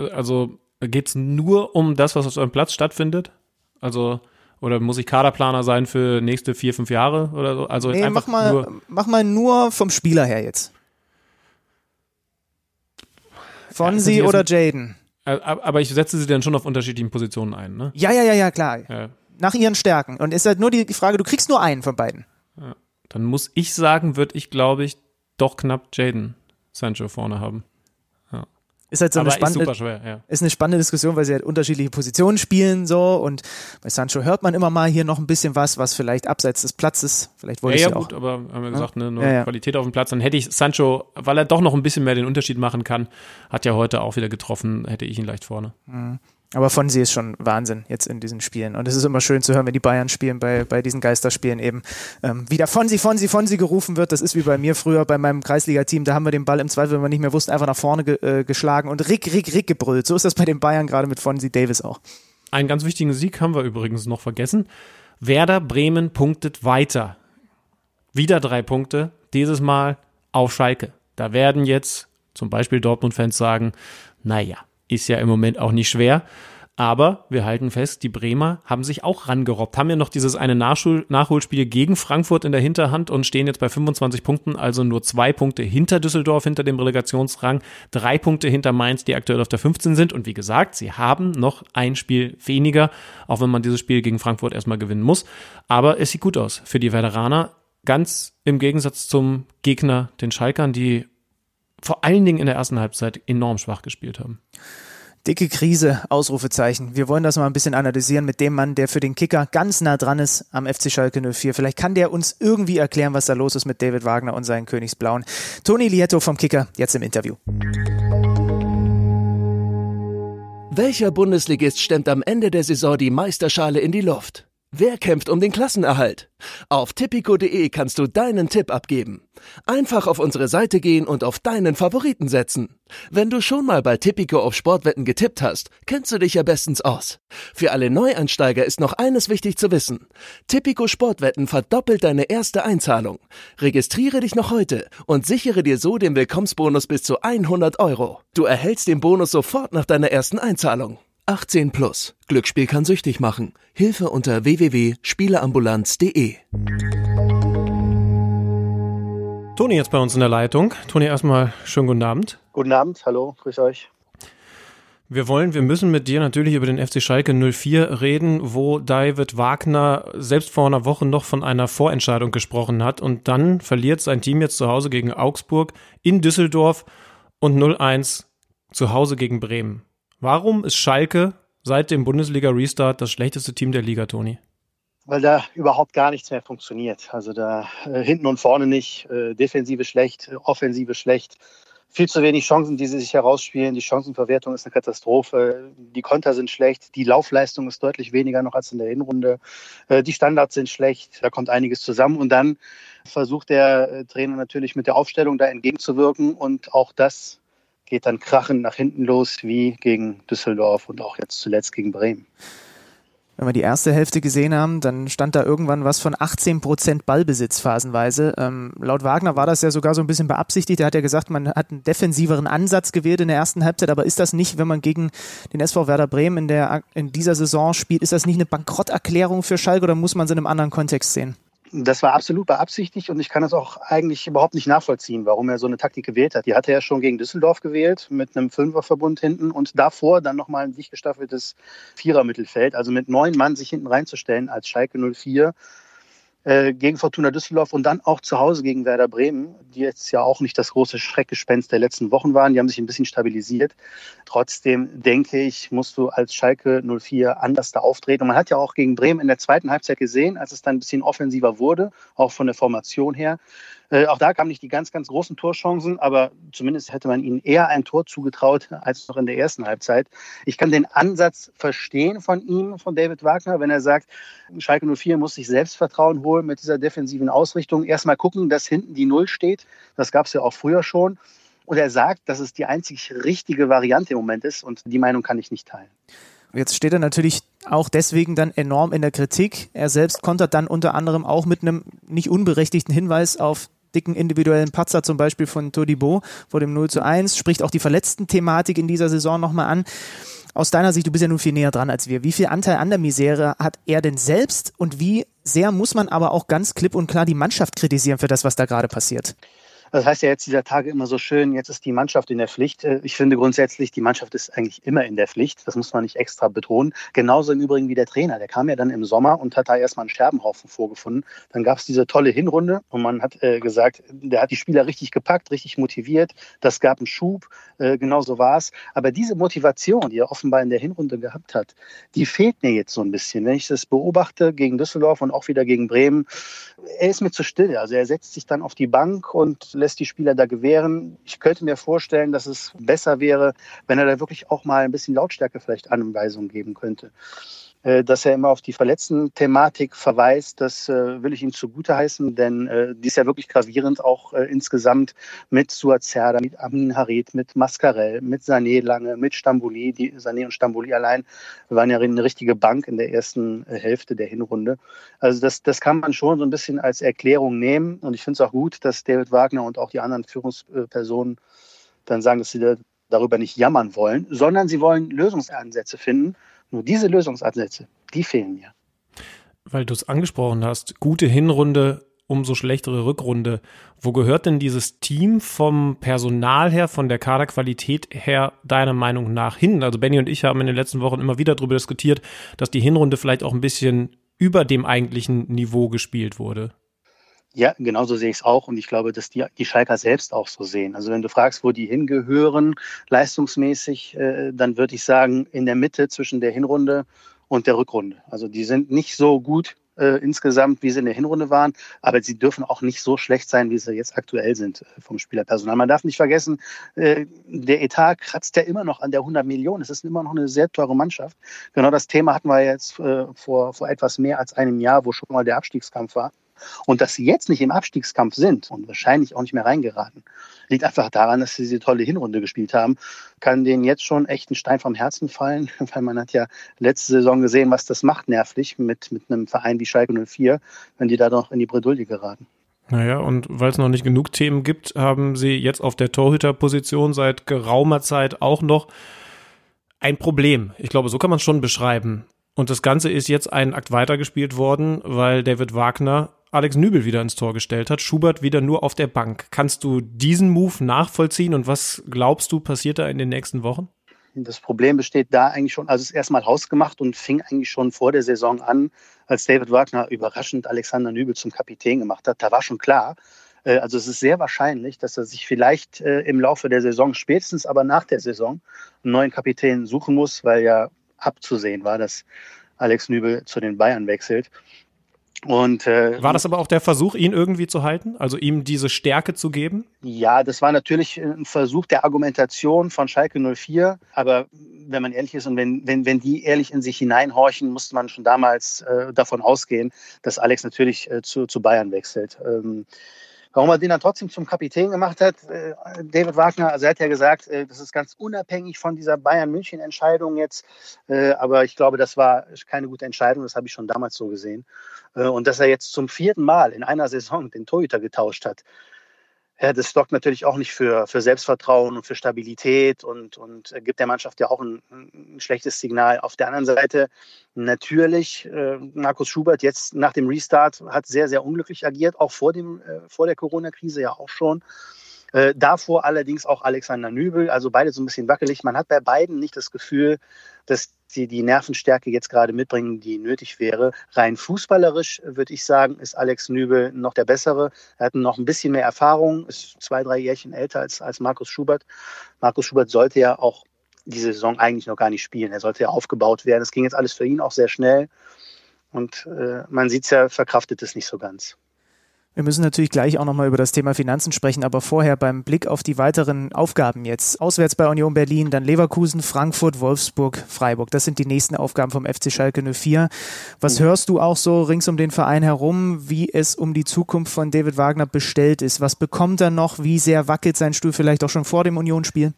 nur um das, was auf so einem Platz stattfindet? Also, oder muss ich Kaderplaner sein für nächste 4-5 Jahre oder so? Also nee, einfach mach mal nur vom Spieler her jetzt. Fonsi oder Jadon? Aber ich setze sie dann schon auf unterschiedlichen Positionen ein, ne? Ja, klar. Ja. Nach ihren Stärken. Und ist halt nur die Frage, du kriegst nur einen von beiden. Ja. Dann muss ich sagen, würde ich, glaube ich, doch knapp Jadon Sancho vorne haben. Ist halt so eine spannende, ist super schwer, ja. Ist eine spannende Diskussion, weil sie halt unterschiedliche Positionen spielen so und bei Sancho hört man immer mal hier noch ein bisschen was vielleicht abseits des Platzes, vielleicht wollte ich auch. Ja gut, aber haben wir gesagt, nur Qualität auf dem Platz, dann hätte ich Sancho, weil er doch noch ein bisschen mehr den Unterschied machen kann, hat ja heute auch wieder getroffen, hätte ich ihn leicht vorne. Mhm. Aber Fonsi ist schon Wahnsinn jetzt in diesen Spielen. Und es ist immer schön zu hören, wenn die Bayern spielen, bei diesen Geisterspielen eben wieder Fonsi gerufen wird. Das ist wie bei mir früher bei meinem Kreisliga-Team. Da haben wir den Ball im Zweifel, wenn wir nicht mehr wussten, einfach nach vorne geschlagen und Rick gebrüllt. So ist das bei den Bayern gerade mit Fonsi Davies auch. Einen ganz wichtigen Sieg haben wir übrigens noch vergessen. Werder Bremen punktet weiter. Wieder 3 Punkte, dieses Mal auf Schalke. Da werden jetzt zum Beispiel Dortmund-Fans sagen, naja, ist ja im Moment auch nicht schwer, aber wir halten fest, die Bremer haben sich auch rangerobbt, haben ja noch dieses eine Nachholspiel gegen Frankfurt in der Hinterhand und stehen jetzt bei 25 Punkten, also nur 2 Punkte hinter Düsseldorf, hinter dem Relegationsrang, 3 Punkte hinter Mainz, die aktuell auf der 15 sind und wie gesagt, sie haben noch ein Spiel weniger, auch wenn man dieses Spiel gegen Frankfurt erstmal gewinnen muss, aber es sieht gut aus für die Werderaner, ganz im Gegensatz zum Gegner, den Schalkern, die vor allen Dingen in der ersten Halbzeit enorm schwach gespielt haben. Dicke Krise, Ausrufezeichen. Wir wollen das mal ein bisschen analysieren mit dem Mann, der für den Kicker ganz nah dran ist am FC Schalke 04. Vielleicht kann der uns irgendwie erklären, was da los ist mit David Wagner und seinen Königsblauen. Toni Lietto vom Kicker, jetzt im Interview. Welcher Bundesligist stemmt am Ende der Saison die Meisterschale in die Luft? Wer kämpft um den Klassenerhalt? Auf tipico.de kannst du deinen Tipp abgeben. Einfach auf unsere Seite gehen und auf deinen Favoriten setzen. Wenn du schon mal bei Tipico auf Sportwetten getippt hast, kennst du dich ja bestens aus. Für alle Neuansteiger ist noch eines wichtig zu wissen. Tipico Sportwetten verdoppelt deine erste Einzahlung. Registriere dich noch heute und sichere dir so den Willkommensbonus bis zu 100 €. Du erhältst den Bonus sofort nach deiner ersten Einzahlung. 18 plus. Glücksspiel kann süchtig machen. Hilfe unter www.spieleambulanz.de. Toni jetzt bei uns in der Leitung. Toni, erstmal schönen guten Abend. Guten Abend, hallo, grüß euch. Wir müssen mit dir natürlich über den FC Schalke 04 reden, wo David Wagner selbst vor einer Woche noch von einer Vorentscheidung gesprochen hat und dann verliert sein Team jetzt zu Hause gegen Augsburg, in Düsseldorf und 0-1 zu Hause gegen Bremen. Warum ist Schalke seit dem Bundesliga-Restart das schlechteste Team der Liga, Toni? Weil da überhaupt gar nichts mehr funktioniert. Also da hinten und vorne nicht, Defensive schlecht, Offensive schlecht. Viel zu wenig Chancen, die sie sich herausspielen. Die Chancenverwertung ist eine Katastrophe. Die Konter sind schlecht. Die Laufleistung ist deutlich weniger noch als in der Hinrunde. Die Standards sind schlecht. Da kommt einiges zusammen. Und dann versucht der Trainer natürlich mit der Aufstellung da entgegenzuwirken. Und auch das geht dann krachend nach hinten los, wie gegen Düsseldorf und auch jetzt zuletzt gegen Bremen. Wenn wir die erste Hälfte gesehen haben, dann stand da irgendwann was von 18% Ballbesitz phasenweise. Laut Wagner war das ja sogar so ein bisschen beabsichtigt. Er hat ja gesagt, man hat einen defensiveren Ansatz gewählt in der ersten Halbzeit. Aber ist das nicht, wenn man gegen den SV Werder Bremen in dieser Saison spielt, ist das nicht eine Bankrotterklärung für Schalke oder muss man es in einem anderen Kontext sehen? Das war absolut beabsichtigt und ich kann das auch eigentlich überhaupt nicht nachvollziehen, warum er so eine Taktik gewählt hat. Die hat er ja schon gegen Düsseldorf gewählt mit einem Fünferverbund hinten und davor dann nochmal ein dicht gestaffeltes Vierer-Mittelfeld. Also mit 9 Mann sich hinten reinzustellen als Schalke 04 gegen Fortuna Düsseldorf und dann auch zu Hause gegen Werder Bremen, die jetzt ja auch nicht das große Schreckgespenst der letzten Wochen waren. Die haben sich ein bisschen stabilisiert. Trotzdem denke ich, musst du als Schalke 04 anders da auftreten. Und man hat ja auch gegen Bremen in der zweiten Halbzeit gesehen, als es dann ein bisschen offensiver wurde, auch von der Formation her, Auch da kamen nicht die ganz, ganz großen Torchancen, aber zumindest hätte man ihnen eher ein Tor zugetraut als noch in der ersten Halbzeit. Ich kann den Ansatz verstehen von ihm, von David Wagner, wenn er sagt, Schalke 04 muss sich Selbstvertrauen holen mit dieser defensiven Ausrichtung. Erstmal gucken, dass hinten die Null steht. Das gab es ja auch früher schon. Und er sagt, dass es die einzig richtige Variante im Moment ist. Und die Meinung kann ich nicht teilen. Jetzt steht er natürlich auch deswegen dann enorm in der Kritik. Er selbst kontert dann unter anderem auch mit einem nicht unberechtigten Hinweis auf dicken individuellen Patzer, zum Beispiel von Todibo vor dem 0:1, spricht auch die Verletzten-Thematik in dieser Saison nochmal an. Aus deiner Sicht, du bist ja nun viel näher dran als wir, wie viel Anteil an der Misere hat er denn selbst und wie sehr muss man aber auch ganz klipp und klar die Mannschaft kritisieren für das, was da gerade passiert? Das heißt ja jetzt dieser Tage immer so schön, jetzt ist die Mannschaft in der Pflicht. Ich finde grundsätzlich, die Mannschaft ist eigentlich immer in der Pflicht. Das muss man nicht extra betonen. Genauso im Übrigen wie der Trainer. Der kam ja dann im Sommer und hat da erstmal einen Scherbenhaufen vorgefunden. Dann gab es diese tolle Hinrunde und man hat gesagt, der hat die Spieler richtig gepackt, richtig motiviert. Das gab einen Schub. Genau so war es. Aber diese Motivation, die er offenbar in der Hinrunde gehabt hat, die fehlt mir jetzt so ein bisschen. Wenn ich das beobachte gegen Düsseldorf und auch wieder gegen Bremen, er ist mir zu still. Also er setzt sich dann auf die Bank und lässt die Spieler da gewähren. Ich könnte mir vorstellen, dass es besser wäre, wenn er da wirklich auch mal ein bisschen Lautstärke vielleicht Anweisungen geben könnte. Dass er immer auf die Verletzten-Thematik verweist, das will ich ihm zugute heißen, denn die ist ja wirklich gravierend, auch insgesamt mit Suat Serdar, mit Amin Harit, mit Mascarell, mit Sané lange, mit Stambouli. Die Sané und Stambouli allein waren ja eine richtige Bank in der ersten Hälfte der Hinrunde. Also das kann man schon so ein bisschen als Erklärung nehmen und ich finde es auch gut, dass David Wagner und auch die anderen Führungspersonen dann sagen, dass sie darüber nicht jammern wollen, sondern sie wollen Lösungsansätze finden. Nur diese Lösungsansätze, die fehlen mir. Weil du es angesprochen hast, gute Hinrunde, umso schlechtere Rückrunde. Wo gehört denn dieses Team vom Personal her, von der Kaderqualität her, deiner Meinung nach hin? Also Benny und ich haben in den letzten Wochen immer wieder darüber diskutiert, dass die Hinrunde vielleicht auch ein bisschen über dem eigentlichen Niveau gespielt wurde. Ja, genauso sehe ich es auch und ich glaube, dass die Schalker selbst auch so sehen. Also wenn du fragst, wo die hingehören, leistungsmäßig, dann würde ich sagen, in der Mitte zwischen der Hinrunde und der Rückrunde. Also die sind nicht so gut insgesamt, wie sie in der Hinrunde waren, aber sie dürfen auch nicht so schlecht sein, wie sie jetzt aktuell sind vom Spielerpersonal. Man darf nicht vergessen, der Etat kratzt ja immer noch an der 100 Millionen. Es ist immer noch eine sehr teure Mannschaft. Genau das Thema hatten wir jetzt vor etwas mehr als einem Jahr, wo schon mal der Abstiegskampf war. Und dass sie jetzt nicht im Abstiegskampf sind und wahrscheinlich auch nicht mehr reingeraten, liegt einfach daran, dass sie diese tolle Hinrunde gespielt haben. Kann denen jetzt schon echt ein Stein vom Herzen fallen, weil man hat ja letzte Saison gesehen, was das macht nervlich mit einem Verein wie Schalke 04, wenn die da noch in die Bredouille geraten. Naja, und weil es noch nicht genug Themen gibt, haben sie jetzt auf der Torhüterposition seit geraumer Zeit auch noch ein Problem. Ich glaube, so kann man es schon beschreiben. Und das Ganze ist jetzt einen Akt weitergespielt worden, weil David Wagner Alex Nübel wieder ins Tor gestellt hat, Schubert wieder nur auf der Bank. Kannst du diesen Move nachvollziehen und was glaubst du, passiert da in den nächsten Wochen? Das Problem besteht da eigentlich schon, also es ist erstmal hausgemacht und fing eigentlich schon vor der Saison an, als David Wagner überraschend Alexander Nübel zum Kapitän gemacht hat. Da war schon klar, also es ist sehr wahrscheinlich, dass er sich vielleicht im Laufe der Saison, spätestens aber nach der Saison, einen neuen Kapitän suchen muss, weil ja abzusehen war, dass Alex Nübel zu den Bayern wechselt. Und, war das aber auch der Versuch, ihn irgendwie zu halten? Also ihm diese Stärke zu geben? Ja, das war natürlich ein Versuch der Argumentation von Schalke 04. Aber wenn man ehrlich ist und wenn die ehrlich in sich hineinhorchen, musste man schon damals davon ausgehen, dass Alex natürlich zu Bayern wechselt. Warum er den dann trotzdem zum Kapitän gemacht hat, David Wagner, also er hat ja gesagt, das ist ganz unabhängig von dieser Bayern-München-Entscheidung jetzt, aber ich glaube, das war keine gute Entscheidung, das habe ich schon damals so gesehen. Und dass er jetzt zum 4. Mal in einer Saison den Torhüter getauscht hat, ja, das sorgt natürlich auch nicht für Selbstvertrauen und für Stabilität und gibt der Mannschaft ja auch ein schlechtes Signal. Auf der anderen Seite natürlich, Markus Schubert jetzt nach dem Restart hat sehr, sehr unglücklich agiert, auch vor der Corona-Krise ja auch schon. Davor allerdings auch Alexander Nübel, also beide so ein bisschen wackelig. Man hat bei beiden nicht das Gefühl, dass sie die Nervenstärke jetzt gerade mitbringen, die nötig wäre. Rein fußballerisch würde ich sagen, ist Alex Nübel noch der Bessere. Er hat noch ein bisschen mehr Erfahrung, ist 2-3 Jährchen älter als Markus Schubert. Markus Schubert sollte ja auch diese Saison eigentlich noch gar nicht spielen. Er sollte ja aufgebaut werden. Es ging jetzt alles für ihn auch sehr schnell. Und man sieht es ja, verkraftet es nicht so ganz. Wir müssen natürlich gleich auch nochmal über das Thema Finanzen sprechen, aber vorher beim Blick auf die weiteren Aufgaben jetzt. Auswärts bei Union Berlin, dann Leverkusen, Frankfurt, Wolfsburg, Freiburg. Das sind die nächsten Aufgaben vom FC Schalke 04. Was hörst du auch so rings um den Verein herum, wie es um die Zukunft von David Wagner bestellt ist? Was bekommt er noch? Wie sehr wackelt sein Stuhl vielleicht auch schon vor dem Unionsspiel?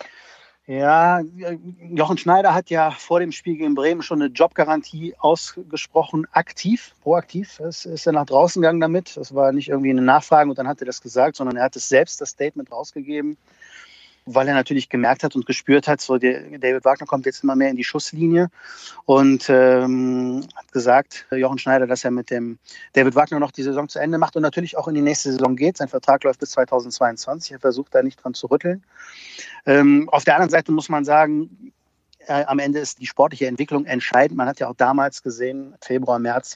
Ja, Jochen Schneider hat ja vor dem Spiel gegen Bremen schon eine Jobgarantie ausgesprochen, proaktiv. Es ist er nach draußen gegangen damit. Das war nicht irgendwie eine Nachfrage und dann hat er das gesagt, sondern er hat es selbst, das Statement, rausgegeben, weil er natürlich gemerkt hat und gespürt hat, so David Wagner kommt jetzt immer mehr in die Schusslinie und hat gesagt, Jochen Schneider, dass er mit dem David Wagner noch die Saison zu Ende macht und natürlich auch in die nächste Saison geht. Sein Vertrag läuft bis 2022. Er versucht da nicht dran zu rütteln. Auf der anderen Seite muss man sagen, am Ende ist die sportliche Entwicklung entscheidend. Man hat ja auch damals gesehen, Februar, März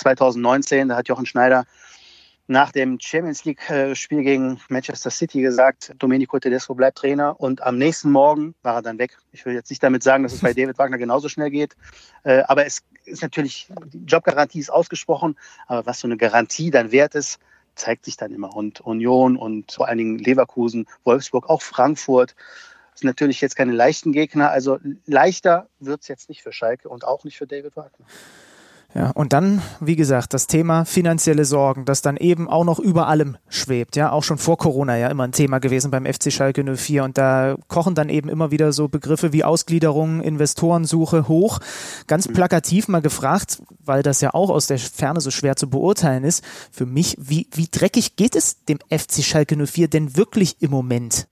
2019, da hat Jochen Schneider nach dem Champions-League-Spiel gegen Manchester City gesagt, Domenico Tedesco bleibt Trainer und am nächsten Morgen war er dann weg. Ich will jetzt nicht damit sagen, dass es bei David Wagner genauso schnell geht, aber es ist natürlich, die Jobgarantie ist ausgesprochen, aber was so eine Garantie dann wert ist, zeigt sich dann immer. Und Union und vor allen Dingen Leverkusen, Wolfsburg, auch Frankfurt sind natürlich jetzt keine leichten Gegner, also leichter wird es jetzt nicht für Schalke und auch nicht für David Wagner. Ja, und dann, wie gesagt, das Thema finanzielle Sorgen, das dann eben auch noch über allem schwebt, ja, auch schon vor Corona ja immer ein Thema gewesen beim FC Schalke 04 und da kochen dann eben immer wieder so Begriffe wie Ausgliederung, Investorensuche hoch. Ganz plakativ mal gefragt, weil das ja auch aus der Ferne so schwer zu beurteilen ist, für mich, wie dreckig geht es dem FC Schalke 04 denn wirklich im Moment?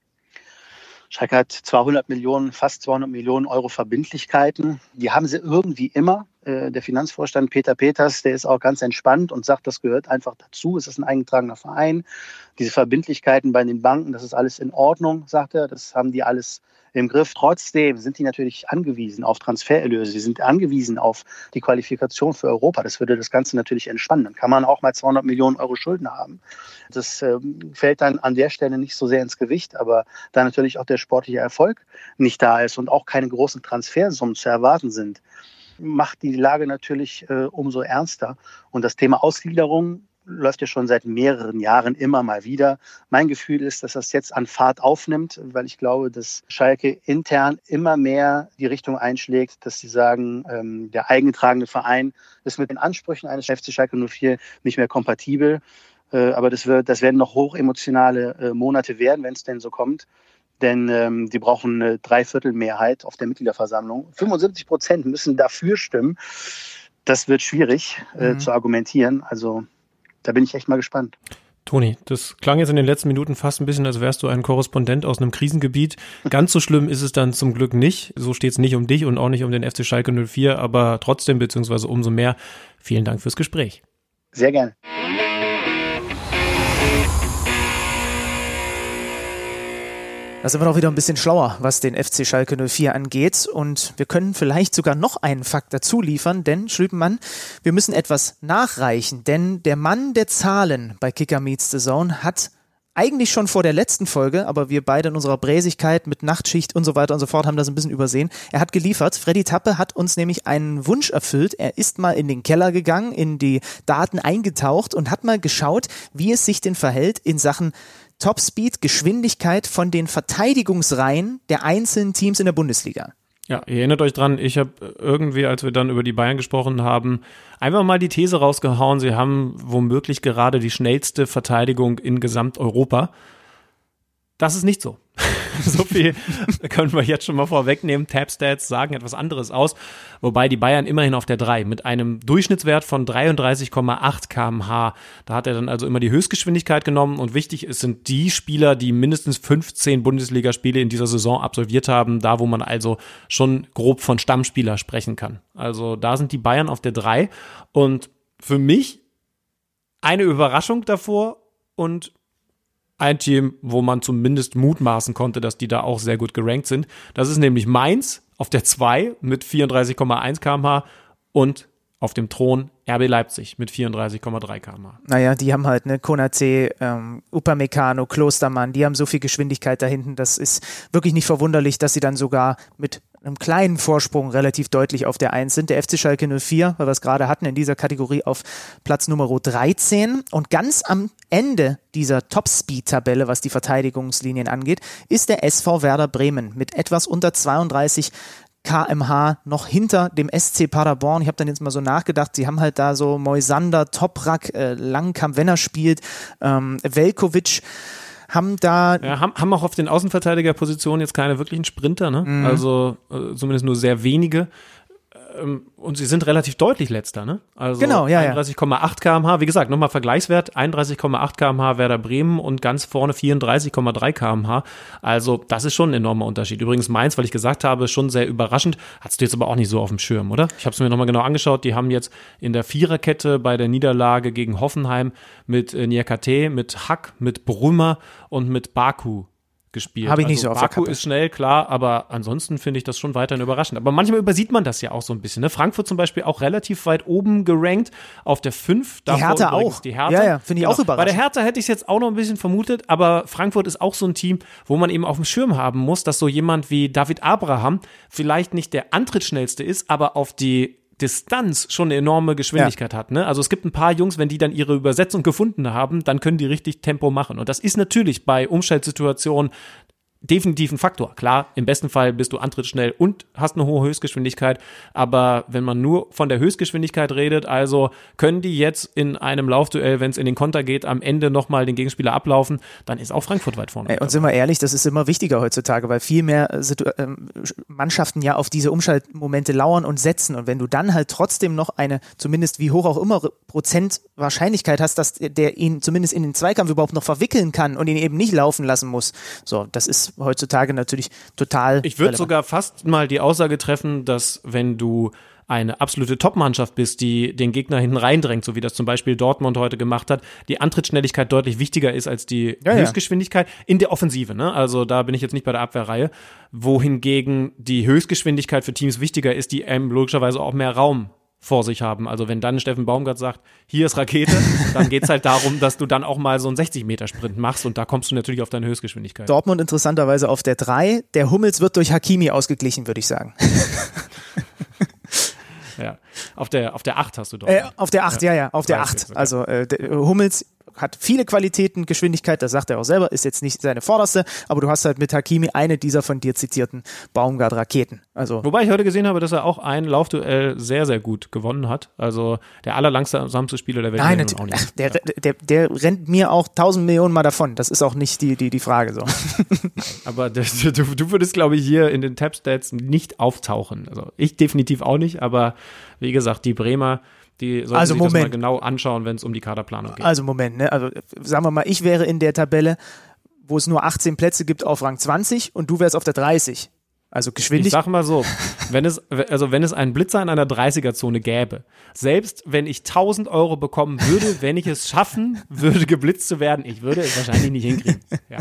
Schalke hat 200 Millionen, fast 200 Millionen Euro Verbindlichkeiten. Die haben sie irgendwie immer. Der Finanzvorstand Peter Peters, der ist auch ganz entspannt und sagt, das gehört einfach dazu. Es ist ein eingetragener Verein. Diese Verbindlichkeiten bei den Banken, das ist alles in Ordnung, sagt er. Das haben die alles im Griff. Trotzdem sind die natürlich angewiesen auf Transfererlöse. Sie sind angewiesen auf die Qualifikation für Europa. Das würde das Ganze natürlich entspannen. Dann kann man auch mal 200 Millionen Euro Schulden haben. Das fällt dann an der Stelle nicht so sehr ins Gewicht, aber da natürlich auch der sportliche Erfolg nicht da ist und auch keine großen Transfersummen zu erwarten sind, macht die Lage natürlich umso ernster. Und das Thema Ausgliederung läuft ja schon seit mehreren Jahren immer mal wieder. Mein Gefühl ist, dass das jetzt an Fahrt aufnimmt, weil ich glaube, dass Schalke intern immer mehr die Richtung einschlägt, dass sie sagen, der eingetragene Verein ist mit den Ansprüchen eines FC Schalke 04 nicht mehr kompatibel. Aber das werden noch hochemotionale Monate werden, wenn es denn so kommt. Denn die brauchen eine Dreiviertelmehrheit auf der Mitgliederversammlung. 75% müssen dafür stimmen. Das wird schwierig zu argumentieren. Also da bin ich echt mal gespannt. Toni, das klang jetzt in den letzten Minuten fast ein bisschen, als wärst du ein Korrespondent aus einem Krisengebiet. Ganz so schlimm ist es dann zum Glück nicht. So steht es nicht um dich und auch nicht um den FC Schalke 04, aber trotzdem, beziehungsweise umso mehr, vielen Dank fürs Gespräch. Sehr gerne. Da sind wir noch wieder ein bisschen schlauer, was den FC Schalke 04 angeht und wir können vielleicht sogar noch einen Fakt dazu liefern, denn Schlüpenmann, wir müssen etwas nachreichen, denn der Mann der Zahlen bei Kicker Meets the Zone hat eigentlich schon vor der letzten Folge, aber wir beide in unserer Bräsigkeit mit Nachtschicht und so weiter und so fort haben das ein bisschen übersehen. Er hat geliefert. Freddy Tappe hat uns nämlich einen Wunsch erfüllt. Er ist mal in den Keller gegangen, in die Daten eingetaucht und hat mal geschaut, wie es sich denn verhält in Sachen Topspeed, Geschwindigkeit von den Verteidigungsreihen der einzelnen Teams in der Bundesliga. Ja, ihr erinnert euch dran, ich habe irgendwie, als wir dann über die Bayern gesprochen haben, einfach mal die These rausgehauen, sie haben womöglich gerade die schnellste Verteidigung in Gesamteuropa. Das ist nicht so. So viel können wir jetzt schon mal vorwegnehmen. Tab-Stats sagen etwas anderes aus, wobei die Bayern immerhin auf der 3 mit einem Durchschnittswert von 33,8 km/h. Da hat er dann also immer die Höchstgeschwindigkeit genommen und wichtig ist, sind die Spieler, die mindestens 15 Bundesligaspiele in dieser Saison absolviert haben, da wo man also schon grob von Stammspieler sprechen kann. Also da sind die Bayern auf der 3 und für mich eine Überraschung davor und ein Team, wo man zumindest mutmaßen konnte, dass die da auch sehr gut gerankt sind. Das ist nämlich Mainz auf der 2 mit 34,1 km/h und auf dem Thron RB Leipzig mit 34,3 km/h. Naja, die haben halt Konate, Upamecano, Klostermann, die haben so viel Geschwindigkeit da hinten. Das ist wirklich nicht verwunderlich, dass sie dann sogar mit einem kleinen Vorsprung relativ deutlich auf der 1 sind. Der FC Schalke 04, weil wir es gerade hatten, in dieser Kategorie auf Platz Nummer 13. Und ganz am Ende dieser Top-Speed-Tabelle, was die Verteidigungslinien angeht, ist der SV Werder Bremen mit etwas unter 32 km/h noch hinter dem SC Paderborn. Ich habe dann jetzt mal so nachgedacht, sie haben halt da so Moisander, Toprak, Langkamp, wenn er spielt, Veljković, haben da... Ja, haben auch auf den Außenverteidigerpositionen jetzt keine wirklichen Sprinter, ne? Mhm. Also zumindest nur sehr wenige. Und sie sind relativ deutlich letzter, ne? Also genau, 31,8 km/h, wie gesagt, nochmal Vergleichswert, 31,8 km/h Werder Bremen und ganz vorne 34,3 km/h. Also das ist schon ein enormer Unterschied. Übrigens Mainz, weil ich gesagt habe, schon sehr überraschend, hast du jetzt aber auch nicht so auf dem Schirm, oder? Ich habe es mir nochmal genau angeschaut, die haben jetzt in der Viererkette bei der Niederlage gegen Hoffenheim mit Niakate, mit Hack, mit Brümmer und mit Baku gespielt. Habe ich nicht so auf der Baku Kappe. ist schnell, klar, aber ansonsten finde ich das schon weiterhin überraschend. Aber manchmal übersieht man das ja auch so ein bisschen. Ne? Frankfurt zum Beispiel auch relativ weit oben gerankt auf der 5. Die Hertha auch. Die Hertha. Ja, finde ich auch überraschend. Bei der Hertha hätte ich es jetzt auch noch ein bisschen vermutet, aber Frankfurt ist auch so ein Team, wo man eben auf dem Schirm haben muss, dass so jemand wie David Abraham vielleicht nicht der Antrittsschnellste ist, aber auf die Distanz schon eine enorme Geschwindigkeit hat. Ne? Also es gibt ein paar Jungs, wenn die dann ihre Übersetzung gefunden haben, dann können die richtig Tempo machen. Und das ist natürlich bei Umschaltsituationen definitiv ein Faktor. Klar, im besten Fall bist du antrittsschnell und hast eine hohe Höchstgeschwindigkeit, aber wenn man nur von der Höchstgeschwindigkeit redet, also können die jetzt in einem Laufduell, wenn es in den Konter geht, am Ende nochmal den Gegenspieler ablaufen, dann ist auch Frankfurt weit vorne. Und sind wir ehrlich, das ist immer wichtiger heutzutage, weil viel mehr Mannschaften ja auf diese Umschaltmomente lauern und setzen, und wenn du dann halt trotzdem noch eine, zumindest wie hoch auch immer, Prozent Wahrscheinlichkeit hast, dass der ihn zumindest in den Zweikampf überhaupt noch verwickeln kann und ihn eben nicht laufen lassen muss, so, das ist heutzutage natürlich total Ich würde sogar fast mal die Aussage treffen, dass wenn du eine absolute Top-Mannschaft bist, die den Gegner hinten reindrängt, so wie das zum Beispiel Dortmund heute gemacht hat, die Antrittsschnelligkeit deutlich wichtiger ist als die Höchstgeschwindigkeit in der Offensive. Ne? Also da bin ich jetzt nicht bei der Abwehrreihe, wohingegen die Höchstgeschwindigkeit für Teams wichtiger ist, die logischerweise auch mehr Raum vor sich haben. Also wenn dann Steffen Baumgart sagt, hier ist Rakete, dann geht's halt darum, dass du dann auch mal so einen 60-Meter-Sprint machst, und da kommst du natürlich auf deine Höchstgeschwindigkeit. Dortmund interessanterweise auf der 3. Der Hummels wird durch Hakimi ausgeglichen, würde ich sagen. Ja, auf der 8 hast du Dortmund. Auf der 8, ja, auf der 8. Also Hummels hat viele Qualitäten, Geschwindigkeit, das sagt er auch selber, ist jetzt nicht seine vorderste, aber du hast halt mit Hakimi eine dieser von dir zitierten Baumgart-Raketen. Also wobei ich heute gesehen habe, dass er auch ein Laufduell sehr, sehr gut gewonnen hat. Also der allerlangsamste Spieler der Welt. Nein, auch nicht. Der rennt mir auch 1000 Millionen Mal davon. Das ist auch nicht die Frage so. Aber du würdest, glaube ich, hier in den Tab-Stats nicht auftauchen. Also ich definitiv auch nicht, aber wie gesagt, die Bremer, die sollten sich das mal genau anschauen, wenn es um die Kaderplanung geht. Also Moment, ne? Also sagen wir mal, ich wäre in der Tabelle, wo es nur 18 Plätze gibt, auf Rang 20 und du wärst auf der 30. Also Geschwindigkeit. Ich sag mal so, wenn es einen Blitzer in einer 30er-Zone gäbe, selbst wenn ich 1.000 Euro bekommen würde, wenn ich es schaffen würde, geblitzt zu werden, ich würde es wahrscheinlich nicht hinkriegen. Ja.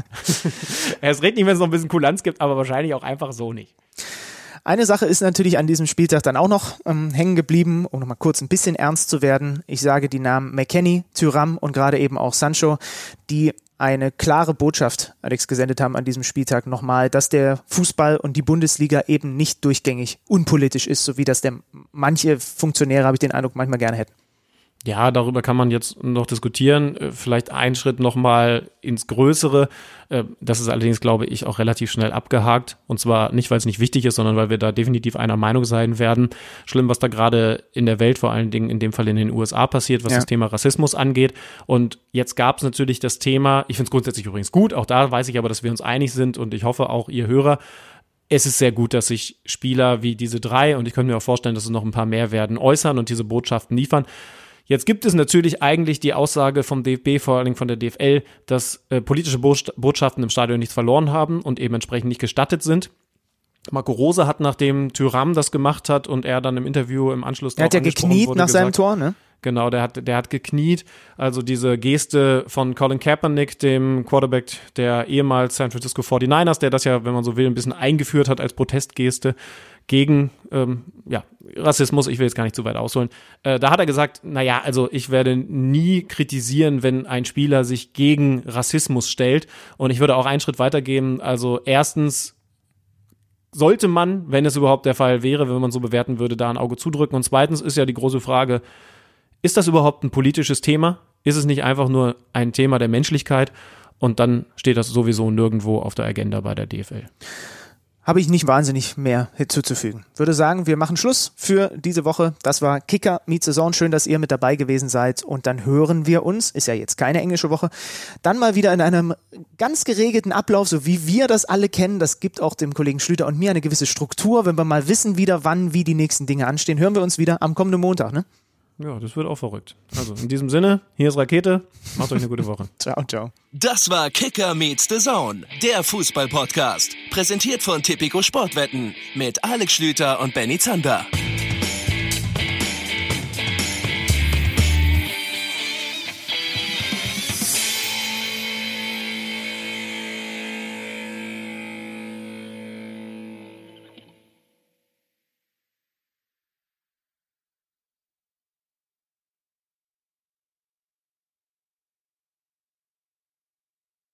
Es redet nicht, wenn es noch ein bisschen Kulanz gibt, aber wahrscheinlich auch einfach so nicht. Eine Sache ist natürlich an diesem Spieltag dann auch noch hängen geblieben, um nochmal kurz ein bisschen ernst zu werden. Ich sage die Namen McKennie, Thuram und gerade eben auch Sancho, die eine klare Botschaft, Alex, gesendet haben an diesem Spieltag nochmal, dass der Fußball und die Bundesliga eben nicht durchgängig unpolitisch ist, so wie das manche Funktionäre, habe ich den Eindruck, manchmal gerne hätten. Ja, darüber kann man jetzt noch diskutieren. Vielleicht einen Schritt nochmal ins Größere. Das ist allerdings, glaube ich, auch relativ schnell abgehakt. Und zwar nicht, weil es nicht wichtig ist, sondern weil wir da definitiv einer Meinung sein werden. Schlimm, was da gerade in der Welt, vor allen Dingen in dem Fall in den USA passiert, was das Thema Rassismus angeht. Und jetzt gab es natürlich das Thema, ich finde es grundsätzlich übrigens gut, auch da weiß ich aber, dass wir uns einig sind, und ich hoffe auch ihr Hörer, es ist sehr gut, dass sich Spieler wie diese 3, und ich könnte mir auch vorstellen, dass es noch ein paar mehr werden, äußern und diese Botschaften liefern. Jetzt gibt es natürlich eigentlich die Aussage vom DFB, vor allen Dingen von der DFL, dass politische Botschaften im Stadion nichts verloren haben und eben entsprechend nicht gestattet sind. Marco Rose hat, nachdem Thuram das gemacht hat und er dann im Interview im Anschluss er hat ja gekniet nach seinem Tor, ne? Genau, der hat gekniet. Also diese Geste von Colin Kaepernick, dem Quarterback der ehemals San Francisco 49ers, der das ja, wenn man so will, ein bisschen eingeführt hat als Protestgeste gegen Rassismus. Ich will jetzt gar nicht zu weit ausholen. Da hat er gesagt, naja, also ich werde nie kritisieren, wenn ein Spieler sich gegen Rassismus stellt. Und ich würde auch einen Schritt weitergehen. Also erstens sollte man, wenn es überhaupt der Fall wäre, wenn man so bewerten würde, da ein Auge zudrücken. Und zweitens ist ja die große Frage, ist das überhaupt ein politisches Thema? Ist es nicht einfach nur ein Thema der Menschlichkeit? Und dann steht das sowieso nirgendwo auf der Agenda bei der DFL. Habe ich nicht wahnsinnig mehr hinzuzufügen. Würde sagen, wir machen Schluss für diese Woche. Das war Kicker Meets the Zone. Schön, dass ihr mit dabei gewesen seid. Und dann hören wir uns, ist ja jetzt keine englische Woche, dann mal wieder in einem ganz geregelten Ablauf, so wie wir das alle kennen. Das gibt auch dem Kollegen Schlüter und mir eine gewisse Struktur. Wenn wir mal wissen wieder, wann, wie die nächsten Dinge anstehen, hören wir uns wieder am kommenden Montag, ne? Ja, das wird auch verrückt. Also in diesem Sinne, hier ist Rakete. Macht euch eine gute Woche. Ciao, ciao. Das war Kicker Meets the Zone, der Fußball-Podcast. Präsentiert von Tipico Sportwetten mit Alex Schlüter und Benny Zander.